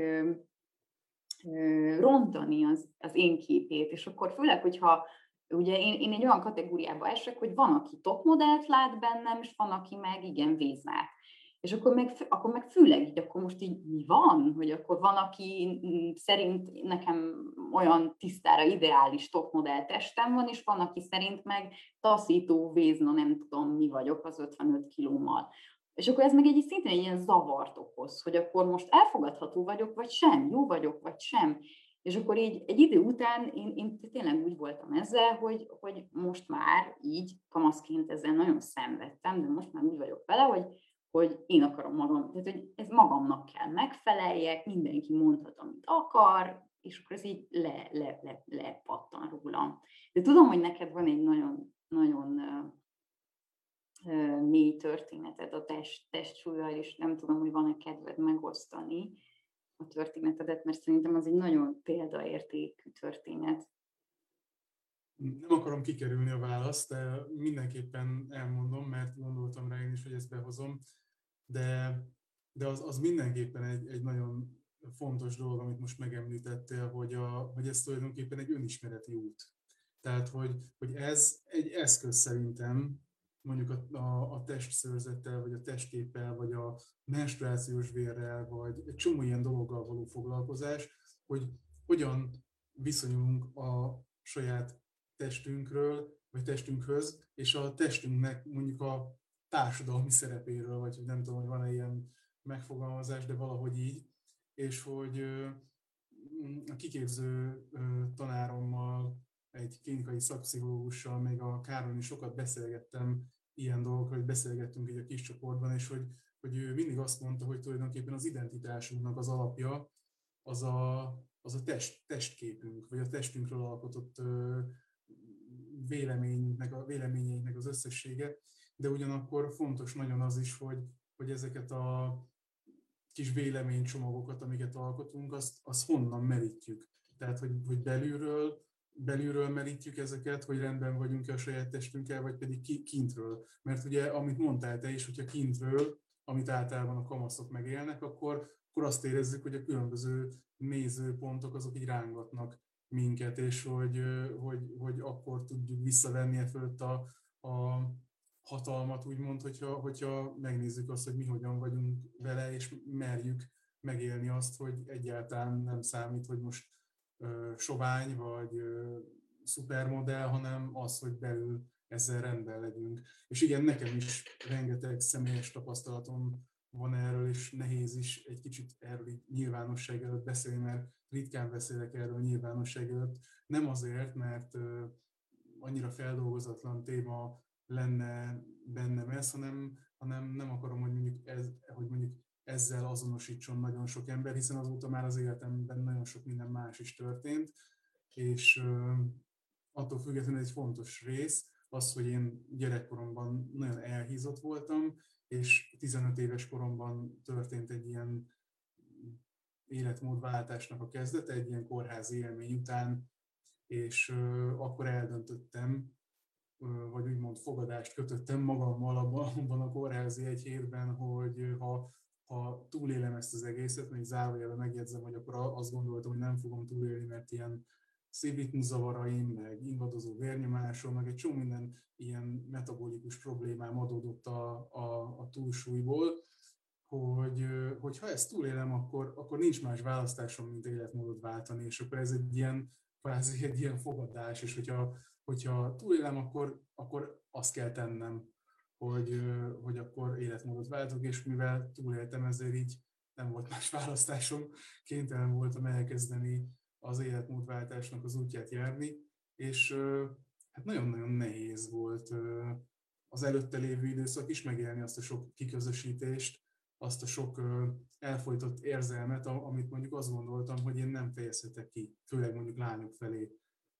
rontani az én képét, és akkor főleg, hogyha ugye én egy olyan kategóriába esek, hogy van, aki topmodellt lát bennem, és van, aki meg igen véznát. És akkor meg főleg így, akkor most így mi van? Hogy akkor van, aki szerint nekem olyan tisztára ideális topmodell testem van, és van, aki szerint meg taszító vézna, nem tudom mi vagyok az 55 kilómmal. És akkor ez meg szintén egy ilyen zavart okoz, hogy akkor most elfogadható vagyok, vagy sem, jó vagyok, vagy sem. És akkor így egy idő után én tényleg úgy voltam ezzel, hogy most már így kamaszként ezzel nagyon szenvedtem, de most már úgy vagyok vele, hogy én akarom magam, tehát hogy ez magamnak kell megfeleljek, mindenki mondhat, amit akar, és akkor ez így lepattan rólam. De tudom, hogy neked van egy nagyon, nagyon mély történeted a testsúllyal, és nem tudom, hogy van-e kedved megosztani a történetedet, mert szerintem az egy nagyon példaértékű történet. Nem akarom kikerülni a választ, de mindenképpen elmondom, mert gondoltam rá én is, hogy ezt behozom, de az mindenképpen egy nagyon fontos dolog, amit most megemlítettél, hogy ez tulajdonképpen egy önismereti út. Tehát, hogy ez egy eszköz szerintem, mondjuk a testszőrzettel, vagy a testképpel, vagy a menstruációs vérrel, vagy egy csomó ilyen dologgal való foglalkozás, hogy hogyan viszonyulunk a saját testünkről, vagy testünkhöz, és a testünknek mondjuk a társadalmi szerepéről, vagy nem tudom, hogy van-e ilyen megfogalmazás, de valahogy így, és hogy a kiképző tanárommal, egy klinikai szakpszichológussal, még a Káron is sokat beszélgettem ilyen dolgokról, hogy beszélgettünk így a kis csoportban, és hogy ő mindig azt mondta, hogy tulajdonképpen az identitásunknak az alapja az a testképünk, vagy a testünkről alkotott véleményeinknek az összessége, de ugyanakkor fontos nagyon az is, hogy ezeket a kis véleménycsomagokat, amiket alkotunk, azt honnan merítjük. Tehát, hogy belülről merítjük ezeket, hogy rendben vagyunk-e a saját testünkkel, vagy pedig kintről. Mert ugye, amit mondtál te is, hogyha kintről, amit általában a kamaszok megélnek, akkor azt érezzük, hogy a különböző nézőpontok azok így rángatnak minket, és hogy akkor tudjuk visszavenni e fölött a hatalmat, úgymond, hogyha megnézzük azt, hogy mi hogyan vagyunk vele, és merjük megélni azt, hogy egyáltalán nem számít, hogy most sovány vagy szupermodell, hanem az, hogy belül ezzel rendben legyünk. És igen, nekem is rengeteg személyes tapasztalatom van erről, és nehéz is egy kicsit erről nyilvánosság előtt beszélni, mert ritkán beszélek erről nyilvánosság előtt. Nem azért, mert annyira feldolgozatlan téma lenne bennem ez, hanem nem akarom, hogy mondjuk ezzel azonosítson nagyon sok ember, hiszen azóta már az életemben nagyon sok minden más is történt, és attól függetlenül egy fontos rész az, hogy én gyerekkoromban nagyon elhízott voltam, és 15 éves koromban történt egy ilyen életmódváltásnak a kezdete, egy ilyen kórházi élmény után, és akkor eldöntöttem, vagy úgymond fogadást kötöttem magammal abban a kórházi egy hétben, hogy ha túlélem ezt az egészet, még zárójelben megjegyzem, hogy akkor azt gondoltam, hogy nem fogom túlélni, mert ilyen szívritmuszavaraim, meg invadozó vérnyomásom, meg egy csomó minden ilyen metabolikus problémám adódott a túlsúlyból, hogy ha ezt túlélem, akkor nincs más választásom, mint életmódot váltani, és akkor ez egy ilyen fogadás, és hogyha túlélem, akkor azt kell tennem, hogy akkor életmódot váltok, és mivel túléltem, ezért így nem volt más választásom, kénytelen voltam elkezdeni az életmódváltásnak az útját járni, és hát nagyon-nagyon nehéz volt az előtte lévő időszak is megélni azt a sok kiközösítést, azt a sok elfojtott érzelmet, amit mondjuk azt gondoltam, hogy én nem fejezhetek ki, főleg mondjuk lányok felé.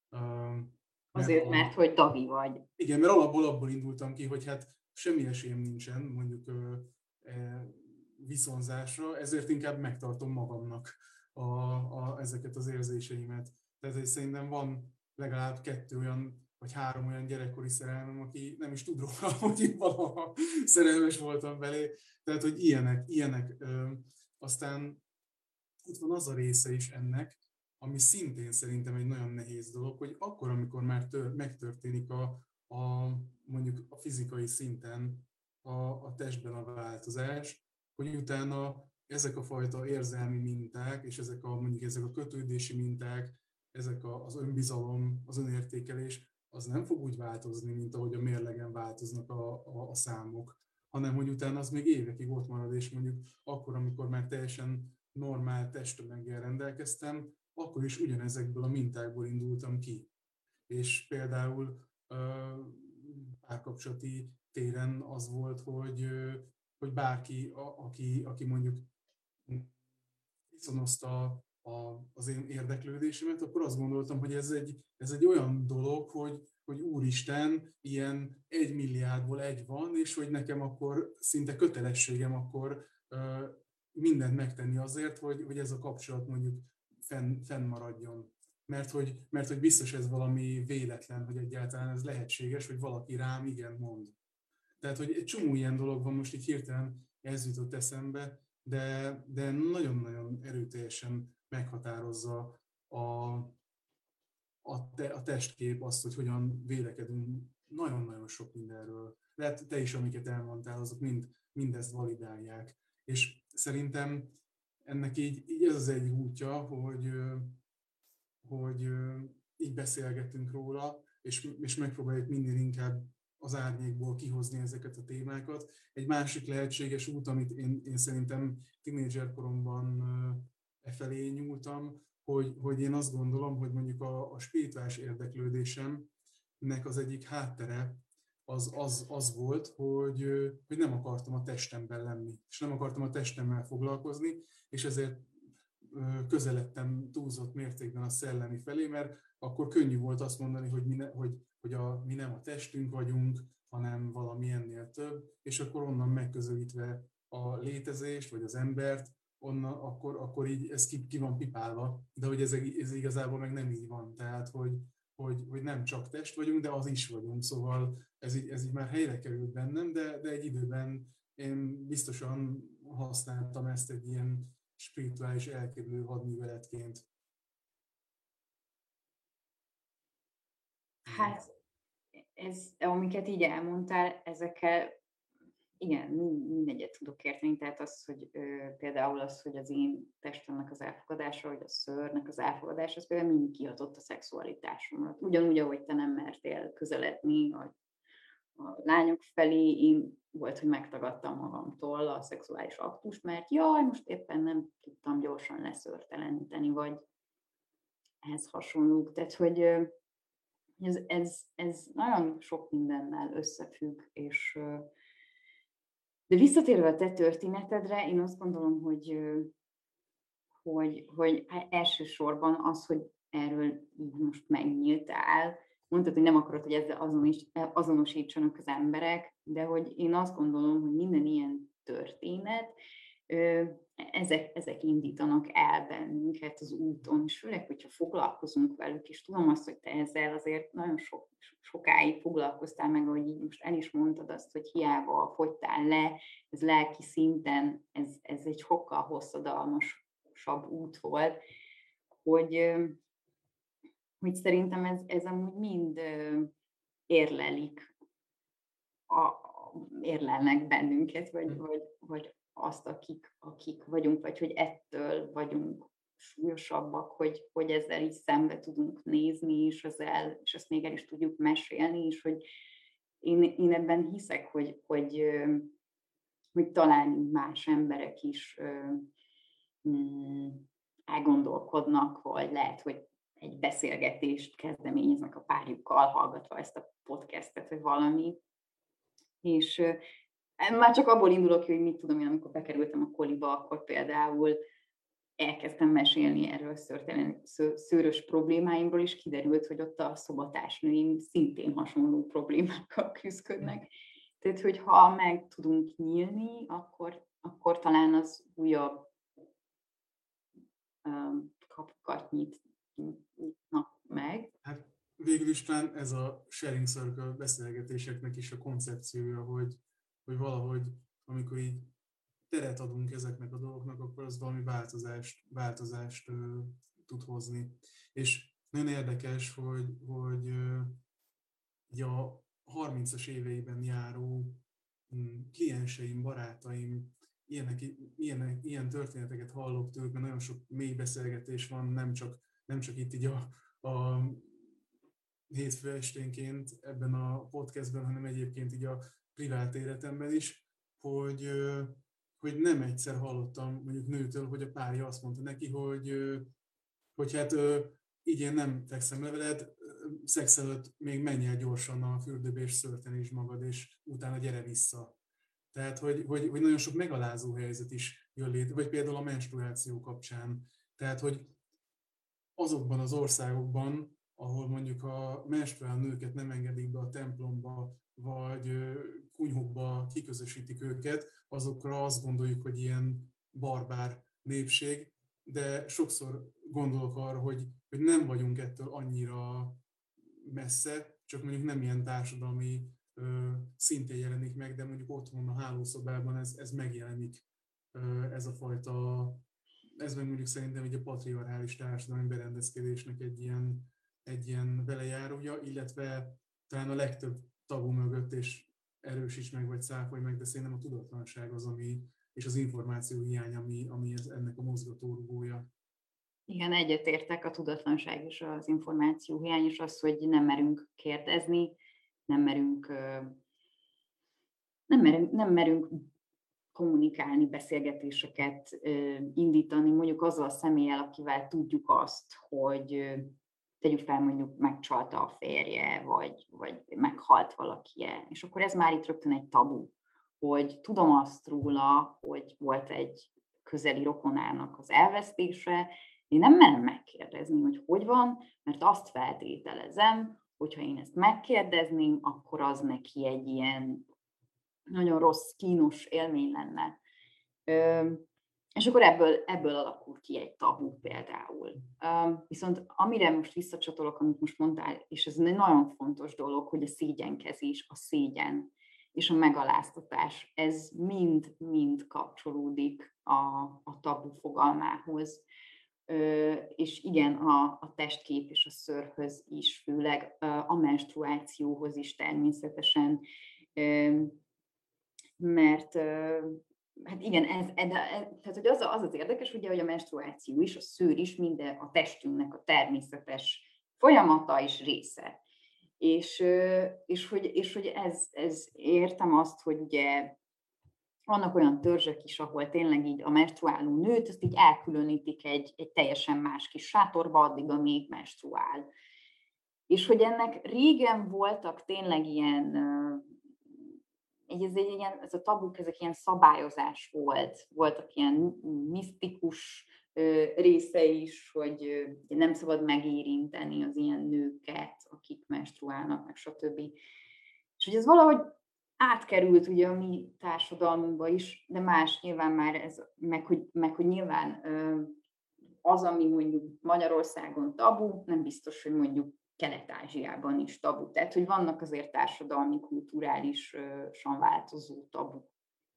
Mert hogy Davi vagy. Igen, mert alapból abból indultam ki, hogy hát semmi esélyem nincsen mondjuk viszonzásra, ezért inkább megtartom magamnak ezeket az érzéseimet. Tehát szerintem van legalább 2 olyan vagy 3 olyan gyerekkori szerelmem, aki nem is tud róla, hogy én valaha szerelmes voltam belé. Tehát, hogy ilyenek. Aztán ott van az a része is ennek, ami szintén szerintem egy nagyon nehéz dolog, hogy akkor, amikor már megtörténik mondjuk a fizikai szinten a testben a változás, hogy utána ezek a fajta érzelmi minták, és mondjuk ezek a kötődési minták, ezek az önbizalom, az önértékelés, az nem fog úgy változni, mint ahogy a mérlegen változnak a számok, hanem hogy utána az még évekig ott marad, és mondjuk akkor, amikor már teljesen normál testtömeggel rendelkeztem, akkor is ugyanezekből a mintákból indultam ki. És például párkapcsolati téren az volt, hogy bárki, aki mondjuk viszonozta az én érdeklődésemet, akkor azt gondoltam, hogy ez egy olyan dolog, hogy úristen, ilyen 1 milliárdból egy van, és hogy nekem akkor szinte kötelességem akkor mindent megtenni azért, hogy ez a kapcsolat mondjuk fennmaradjon. Mert hogy biztos ez valami véletlen, hogy egyáltalán ez lehetséges, hogy valaki rám igen mond. Tehát, hogy egy csomó ilyen dolog van, most így hirtelen ez jutott eszembe, de nagyon-nagyon erőteljesen meghatározza a testkép azt, hogy hogyan vélekedünk nagyon-nagyon sok mindenről. Lehet te is, amiket elmondtál, azok mindezt validálják. És szerintem ennek így ez az egy útja, hogy így beszélgetünk róla, és megpróbáljuk minél inkább az árnyékból kihozni ezeket a témákat. Egy másik lehetséges út, amit én szerintem tínédzser koromban felé nyúltam, hogy én azt gondolom, hogy mondjuk a spirituális érdeklődésemnek az egyik háttere az volt, hogy nem akartam a testemben lenni, és nem akartam a testemmel foglalkozni, és ezért közeledtem túlzott mértékben a szellemi felé, mert akkor könnyű volt azt mondani, hogy mi nem a testünk vagyunk, hanem valami ennél több, és akkor onnan megközelítve a létezést, vagy az embert, onnan akkor így ez ki van pipálva, de hogy ez igazából meg nem így van, tehát hogy nem csak test vagyunk, de az is vagyunk, szóval ez így már helyre került bennem, de egy időben én biztosan használtam ezt egy ilyen spirituális elkerülő hadműveletként. Hát, amiket így elmondtál, ezekkel igen, mindegyet tudok érteni, tehát az, hogy például az, hogy az én testemnek az elfogadása, vagy a szőrnek az elfogadása, az például mind kihatott a szexualitásomra. Ugyanúgy, ahogy te nem mertél közeledni a lányok felé, én volt, hogy megtagadtam magamtól a szexuális aktust, mert jaj, most éppen nem tudtam gyorsan leszőrteleníteni, vagy ehhez hasonlók. Tehát, hogy ez nagyon sok mindennel összefügg, és de visszatérve a te történetedre, én azt gondolom, hogy elsősorban az, hogy erről így most megnyíltál, mondtad, hogy nem akarod, hogy ezzel azonosítsanak az emberek, de hogy én azt gondolom, hogy minden ilyen történet, ezek indítanak el bennünket az úton, és főleg, hogyha foglalkozunk velük, és tudom azt, hogy te ezzel azért nagyon sokáig foglalkoztál meg, ahogy így most el is mondtad azt, hogy hiába fogytál le, ez lelki szinten, ez egy sokkal hosszadalmasabb út volt, hogy szerintem ez amúgy mind érlelnek bennünket, vagy azt, akik vagyunk, vagy hogy ettől vagyunk súlyosabbak, hogy ezzel is szembe tudunk nézni, és ezt még el is tudjuk mesélni, és hogy én ebben hiszek, hogy talán más emberek is elgondolkodnak, vagy lehet, hogy egy beszélgetést kezdeményeznek a párjukkal, hallgatva ezt a podcastet, vagy valami. És már csak abból indulok ki, hogy mit tudom én, amikor bekerültem a koliba, akkor például elkezdtem mesélni erről szőrös problémáimról, és kiderült, hogy ott a szobatársnőim szintén hasonló problémákkal küzdködnek. Tehát, hogy ha meg tudunk nyílni, akkor talán az újabb kapukat nyitnak meg. Hát végül is talán ez a sharing circle beszélgetéseknek is a koncepciója, hogy valahogy, amikor így teret adunk ezeknek a dolgoknak, akkor az valami változást tud hozni. És nagyon érdekes, hogy így a 30-as éveiben járó klienseim, barátaim, ilyen történeteket hallok tőlük, mert nagyon sok mély beszélgetés van, nem csak itt így a hétfő esténként ebben a podcastben, hanem egyébként így a privát életemben is, hogy nem egyszer hallottam mondjuk nőtől, hogy a párja azt mondta neki, hogy hát így én nem fekszem le veled, szex előtt még menj el gyorsan a fürdőbe és szörtenítsd magad, és utána gyere vissza. Tehát, hogy nagyon sok megalázó helyzet is jön létre, vagy például a menstruáció kapcsán. Tehát, hogy azokban az országokban, ahol mondjuk a menstruáló nőket nem engedik be a templomba, vagy kunyhókba kiközösítik őket, azokra azt gondoljuk, hogy ilyen barbár népség, de sokszor gondolok arra, hogy nem vagyunk ettől annyira messze, csak mondjuk nem ilyen társadalmi szintén jelenik meg, de mondjuk otthon a hálószobában ez megjelenik, ez a fajta, ez meg mondjuk szerintem egy a patriarchális társadalmi berendezkedésnek egy ilyen velejárója, illetve talán a legtöbb tabu mögött, és erősíts meg, vagy cáfolj meg, de szerintem a tudatlanság az, és az információ hiány, ami ennek a mozgatórugója. Igen, egyetértek, a tudatlanság és az információ hiány, és az, hogy nem merünk kérdezni, nem merünk kommunikálni, beszélgetéseket indítani, mondjuk azzal a személlyel, akivel tudjuk azt, hogy tegyük fel, mondjuk megcsalta a férje, vagy meghalt valakije, és akkor ez már itt rögtön egy tabu, hogy tudom azt róla, hogy volt egy közeli rokonának az elvesztése, én nem merem megkérdezni, hogy van, mert azt feltételezem, hogyha én ezt megkérdezném, akkor az neki egy ilyen nagyon rossz, kínos élmény lenne. És akkor ebből alakul ki egy tabu például. Viszont amire most visszacsatolok, amit most mondtál, és ez egy nagyon fontos dolog, hogy a szégyenkezés, a szégyen és a megaláztatás, ez mind kapcsolódik a tabu fogalmához. És igen, a testkép és a szőrhöz is, főleg a menstruációhoz is természetesen, mert hát igen, tehát hogy az érdekes, ugye, hogy a menstruáció is, a szőr is minden a testünknek a természetes folyamata és része. És hogy ez értem azt, hogy ugye vannak olyan törzsek is, ahol tényleg így a menstruáló nőt, ezt így elkülönítik egy teljesen más kis sátorba, addig, amíg menstruál. És hogy ennek régen voltak tényleg ilyen, ez a tabuk, ezek ilyen szabályozás voltak ilyen misztikus része is, hogy nem szabad megérinteni az ilyen nőket, akik menstruálnak, meg stb. És hogy ez valahogy átkerült ugye a mi társadalmunkba is, de más nyilván már ez, meg hogy nyilván az, ami mondjuk Magyarországon tabu, nem biztos, hogy mondjuk Kelet-Ázsiában is tabu. Tehát, hogy vannak azért társadalmi, kulturálisan változó tabuk.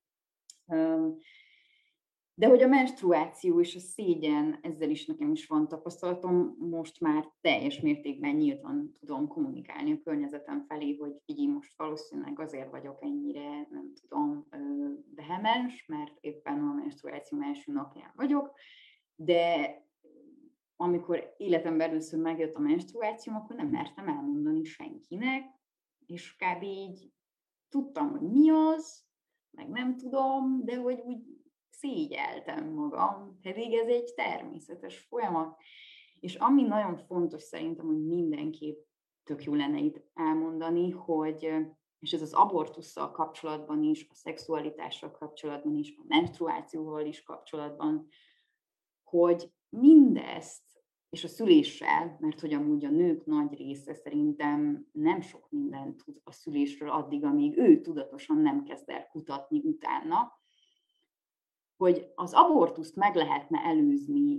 De hogy a menstruáció és a szégyen, ezzel is nekem is van tapasztalatom, most már teljes mértékben nyíltan tudom kommunikálni a környezetem felé, hogy így most valószínűleg azért vagyok ennyire, nem tudom, vehemens, mert éppen a menstruáció első napján vagyok, de amikor életemben először megjött a menstruációm, akkor nem mertem elmondani senkinek, és kb. Így tudtam, hogy mi az, meg nem tudom, de hogy úgy szégyeltem magam, pedig ez egy természetes folyamat. És ami nagyon fontos szerintem, hogy mindenképp tök jó lenne itt elmondani, hogy, és ez az abortusszal kapcsolatban is, a szexualitással kapcsolatban is, a menstruációval is kapcsolatban, hogy mindezt, és a szüléssel, mert hogy amúgy a nők nagy része szerintem nem sok mindent tud a szülésről addig, amíg ő tudatosan nem kezd el kutatni utána, hogy az abortuszt meg lehetne előzni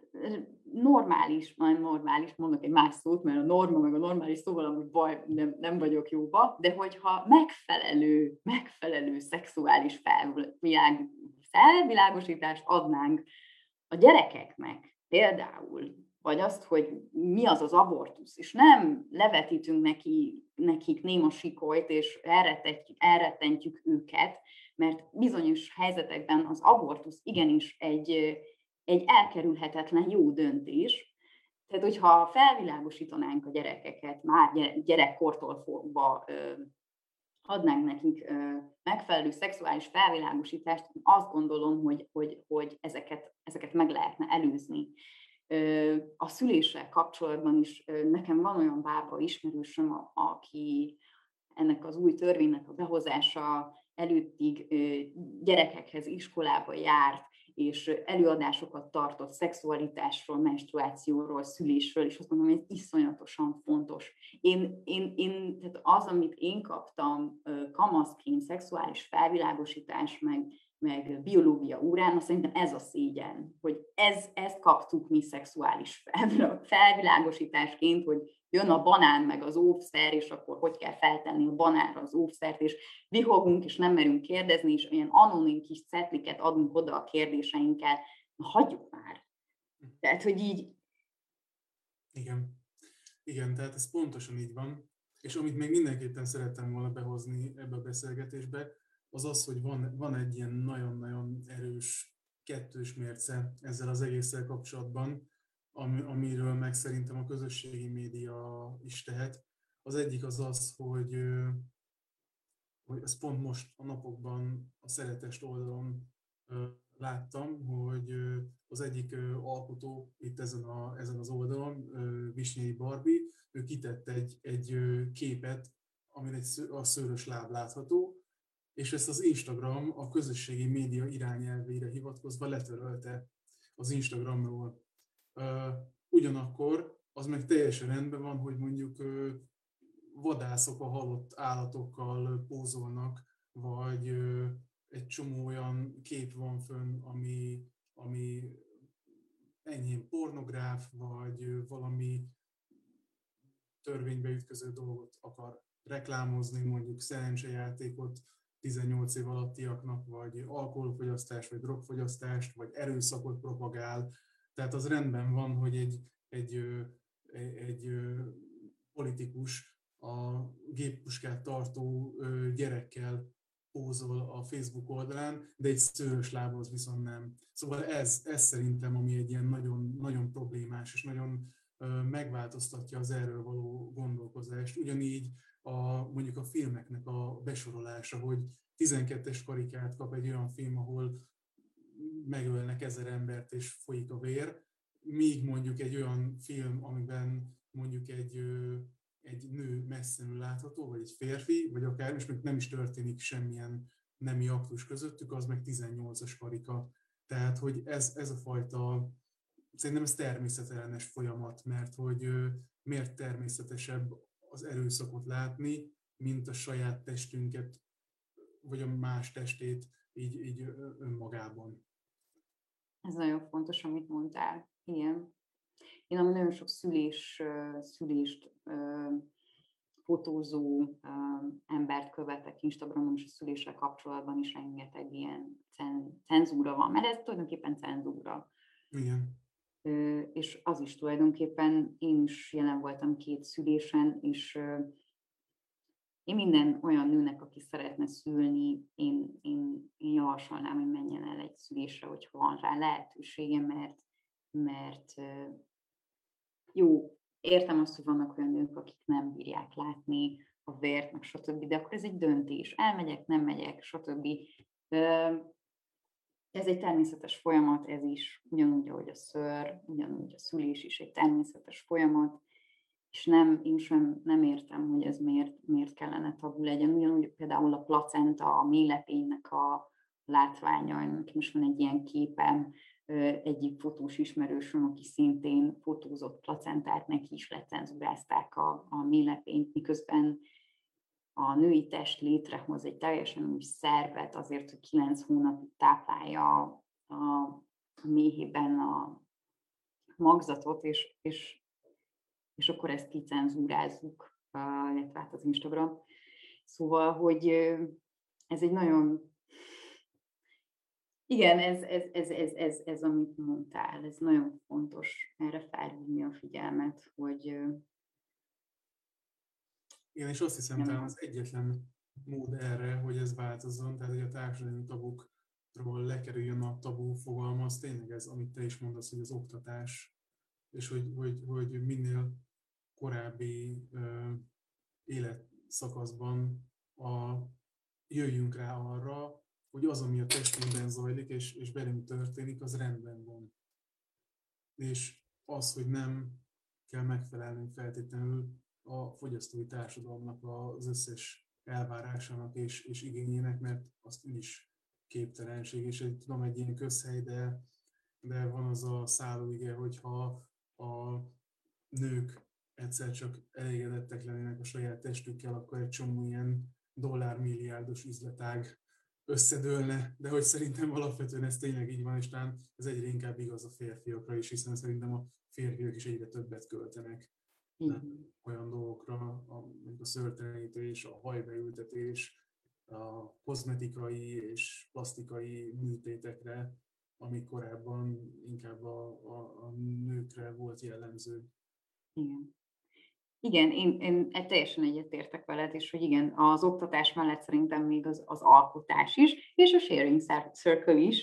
normális, mondok egy más szót, mert a norma meg a normális szóval amúgy baj, nem vagyok jóba, de hogyha megfelelő szexuális felvilágosítást adnánk a gyerekeknek például, vagy azt, hogy mi az az abortusz, és nem levetítünk nekik néma sikolyt, és elrettentjük őket, mert bizonyos helyzetekben az abortusz igenis egy elkerülhetetlen jó döntés. Tehát, hogyha felvilágosítanánk a gyerekeket, már gyerekkortól fogva adnánk nekik megfelelő szexuális felvilágosítást, azt gondolom, hogy ezeket meg lehetne előzni. A szüléssel kapcsolatban is nekem van olyan bába ismerősöm, aki ennek az új törvénynek a behozása előttig gyerekekhez iskolába járt, és előadásokat tartott szexualitásról, menstruációról, szülésről, és azt mondom, hogy ez iszonyatosan fontos. Tehát az, amit én kaptam kamaszként, szexuális felvilágosítás, meg biológia órán, azt szerintem ez a szégyen, hogy ezt kaptuk mi szexuális felvilágosításként, hogy jön a banán meg az óvszer, és akkor hogy kell feltenni a banánra az óvszert, és vihogunk, és nem merünk kérdezni, és olyan anonim kis cetliket adunk oda a kérdéseinkkel. Na, hagyjuk már. Tehát, hogy így... Igen, tehát ez pontosan így van. És amit még mindenképpen szerettem volna behozni ebbe a beszélgetésbe, az az, hogy van egy ilyen nagyon-nagyon erős kettős mérce ezzel az egésszel kapcsolatban, amiről meg szerintem a közösségi média is tehet. Az egyik az, hogy ezt pont most a napokban a Szeretest oldalon láttam, hogy az egyik alkotó itt ezen az oldalon, Visnyei Barbie, ő kitett egy képet, amin a szőrös láb látható, és ezt az Instagram a közösségi média irányelveire hivatkozva letörölte az Instagramról. Ugyanakkor az meg teljesen rendben van, hogy mondjuk vadászok a halott állatokkal pózolnak, vagy egy csomó olyan kép van fönn, ami enyhén pornográf, vagy valami törvénybe ütköző dolgot akar reklámozni, mondjuk szerencsejátékot 18 év alattiaknak, vagy alkoholfogyasztást, vagy drogfogyasztást, vagy erőszakot propagál. Tehát az rendben van, hogy egy politikus a géppuskát tartó gyerekkel pózol a Facebook oldalán, de egy szőrös lábhoz viszont nem. Szóval ez szerintem, ami egy ilyen nagyon, nagyon problémás, és nagyon megváltoztatja az erről való gondolkozást. Ugyanígy mondjuk a filmeknek a besorolása, hogy 12-es karikát kap egy olyan film, ahol megölnek 1000 embert és folyik a vér, míg mondjuk egy olyan film, amiben mondjuk egy nő messzenül látható, vagy egy férfi, vagy akár, és még nem is történik semmilyen nemi aktus közöttük, az meg 18-as karika. Tehát, hogy ez a fajta, szerintem ez természetellenes folyamat, mert hogy miért természetesebb az erőszakot látni, mint a saját testünket, vagy a más testét így önmagában. Ez nagyon fontos, amit mondtál. Igen. Én nagyon sok szülést fotózó embert követek Instagramon, és a szüléssel kapcsolatban is rengeteg ilyen cenzúra van, mert ez tulajdonképpen cenzúra. Igen. És az is tulajdonképpen, én is jelen voltam 2 szülésen, és én minden olyan nőnek, aki szeretne szülni, én javasolnám, hogy menjen el egy szülésre, hogyha van rá lehetősége, mert jó, értem azt, hogy vannak olyan nők, akik nem bírják látni a vért, meg stb., de akkor ez egy döntés. Elmegyek, nem megyek, stb. Ez egy természetes folyamat, ez is, ugyanúgy, ahogy a szőr, ugyanúgy a szülés is egy természetes folyamat, és én sem nem értem, hogy ez miért kellene tabu legyen. Ugyanúgy például a placenta, a méhlepénynek a látványa, most van egy ilyen képem, egyik fotós ismerősöm, aki szintén fotózott placentát, neki is lecenzúrázták a méhlepényt, miközben a női test létrehoz egy teljesen új szervet azért, hogy 9 hónapig táplálja a méhében magzatot, és akkor ezt kicenzúrázzuk, illetve hát az Instagram. Szóval, hogy ez egy nagyon... Igen, ez, amit mondtál, ez nagyon fontos erre felhívni a figyelmet, hogy... Igen, és azt hiszem, talán az egyetlen mód erre, hogy ez változzon, tehát hogy a társadalmi tabukról lekerüljön a tabu fogalma, az tényleg ez, amit te is mondasz, hogy az oktatás, és hogy minél korábbi életszakaszban jöjjünk rá arra, hogy az, ami a testünkben zajlik, és velünk történik, az rendben van. És az, hogy nem kell megfelelnünk feltétlenül a fogyasztói társadalomnak az összes elvárásának és igényének, mert azt is képtelenség, és tudom, egy ilyen közhely, de van az a szállóige, hogyha a nők egyszer csak elégedettek lennének a saját testükkel, akkor egy csomó ilyen dollármilliárdos üzletág összedőlne, de hogy szerintem alapvetően ez tényleg így van, és talán ez egyre inkább igaz a férfiakra is, hiszen szerintem a férfiak is egyre többet költenek olyan dolgokra, mint a szőrtelenítés, a hajbeültetés, a kozmetikai és plastikai műtétekre, ami korábban inkább a nőkre volt jellemző. Igen. Igen, én teljesen egyetértek veled, és hogy igen, az oktatás mellett szerintem még az alkotás is, és a sharing circle is.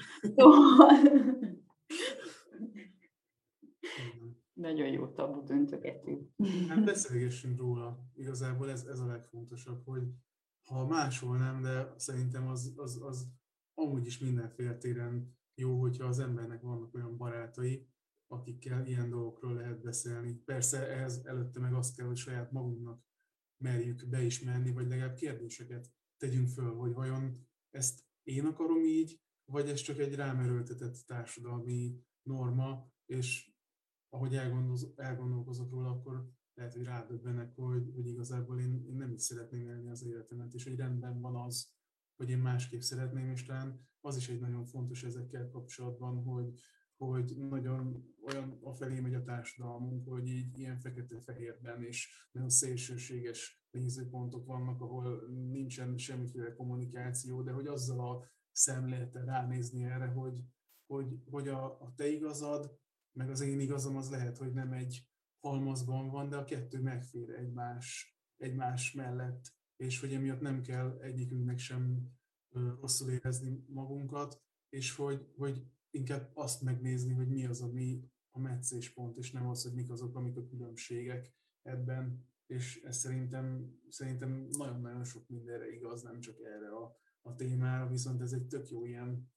Nagyon jó tabu döntögetünk. Hát beszélgessünk róla. Igazából ez a legfontosabb, hogy ha máshol nem, de szerintem az amúgy is mindenféle téren jó, hogyha az embernek vannak olyan barátai, akikkel ilyen dolgokról lehet beszélni. Persze ehhez előtte meg azt kell, hogy saját magunknak merjük beismerni, vagy legalább kérdéseket tegyünk föl, hogy vajon ezt én akarom így, vagy ez csak egy rám erőltetett társadalmi norma, és ahogy elgondolkozok róla, akkor lehet, hogy rádöbbenek, hogy igazából én nem így szeretném élni az életemet, és hogy rendben van az, hogy én másképp szeretném, és talán az is egy nagyon fontos ezekkel kapcsolatban, hogy nagyon olyan afelé megy a társadalmunk, hogy így ilyen fekete-fehérben és nagyon szélsőséges nézőpontok vannak, ahol nincsen semmiféle kommunikáció, de hogy azzal a szemlélettel ránézni erre, hogy a te igazad, meg az én igazam az lehet, hogy nem egy halmazban van, de a kettő megfér egymás mellett, és hogy emiatt nem kell egyikünknek sem rosszul érezni magunkat, és hogy inkább azt megnézni, hogy mi az, ami a meccéspont, és nem az, hogy mik azok, amik a különbségek ebben, és ez szerintem nagyon-nagyon sok mindenre igaz, nem csak erre a témára, viszont ez egy tök jó ilyen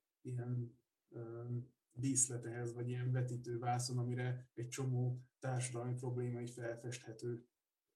díszlet ehhez, vagy ilyen vetítő vászon, amire egy csomó társadalmi probléma is felfesthető.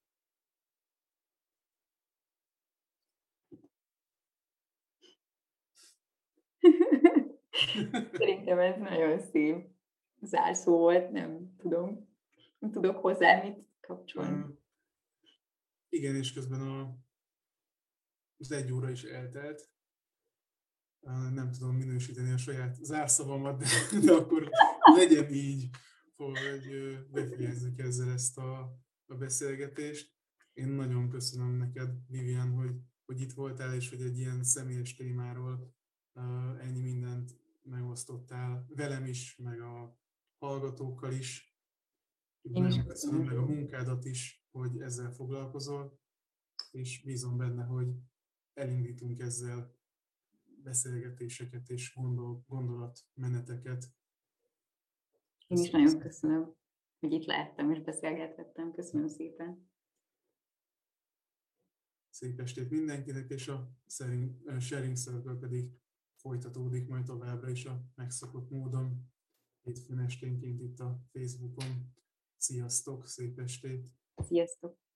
Szerintem ez nagyon szép zárszó volt, nem tudok hozzá mit kapcsolni. Igen, és közben az 1 óra is eltelt. Nem tudom minősíteni a saját zárszavamat, de akkor legyen így, hogy befejezzük ezzel ezt a beszélgetést. Én nagyon köszönöm neked, Vivian, hogy itt voltál, és hogy egy ilyen személyes témáról ennyi mindent megosztottál velem is, meg a hallgatókkal is. Nagyon köszönöm meg a munkádat is, hogy ezzel foglalkozol, és bízom benne, hogy elindítunk ezzel beszélgetéseket és gondolatmeneteket. Én is nagyon köszönöm, hogy itt lehettem és beszélgethettem. Köszönöm szépen. Szép estét mindenkinek, és a Sharing Circle pedig folytatódik majd továbbra is a megszokott módon. Hétfőn esténként itt a Facebookon. Sziasztok, szép estét! Sziasztok!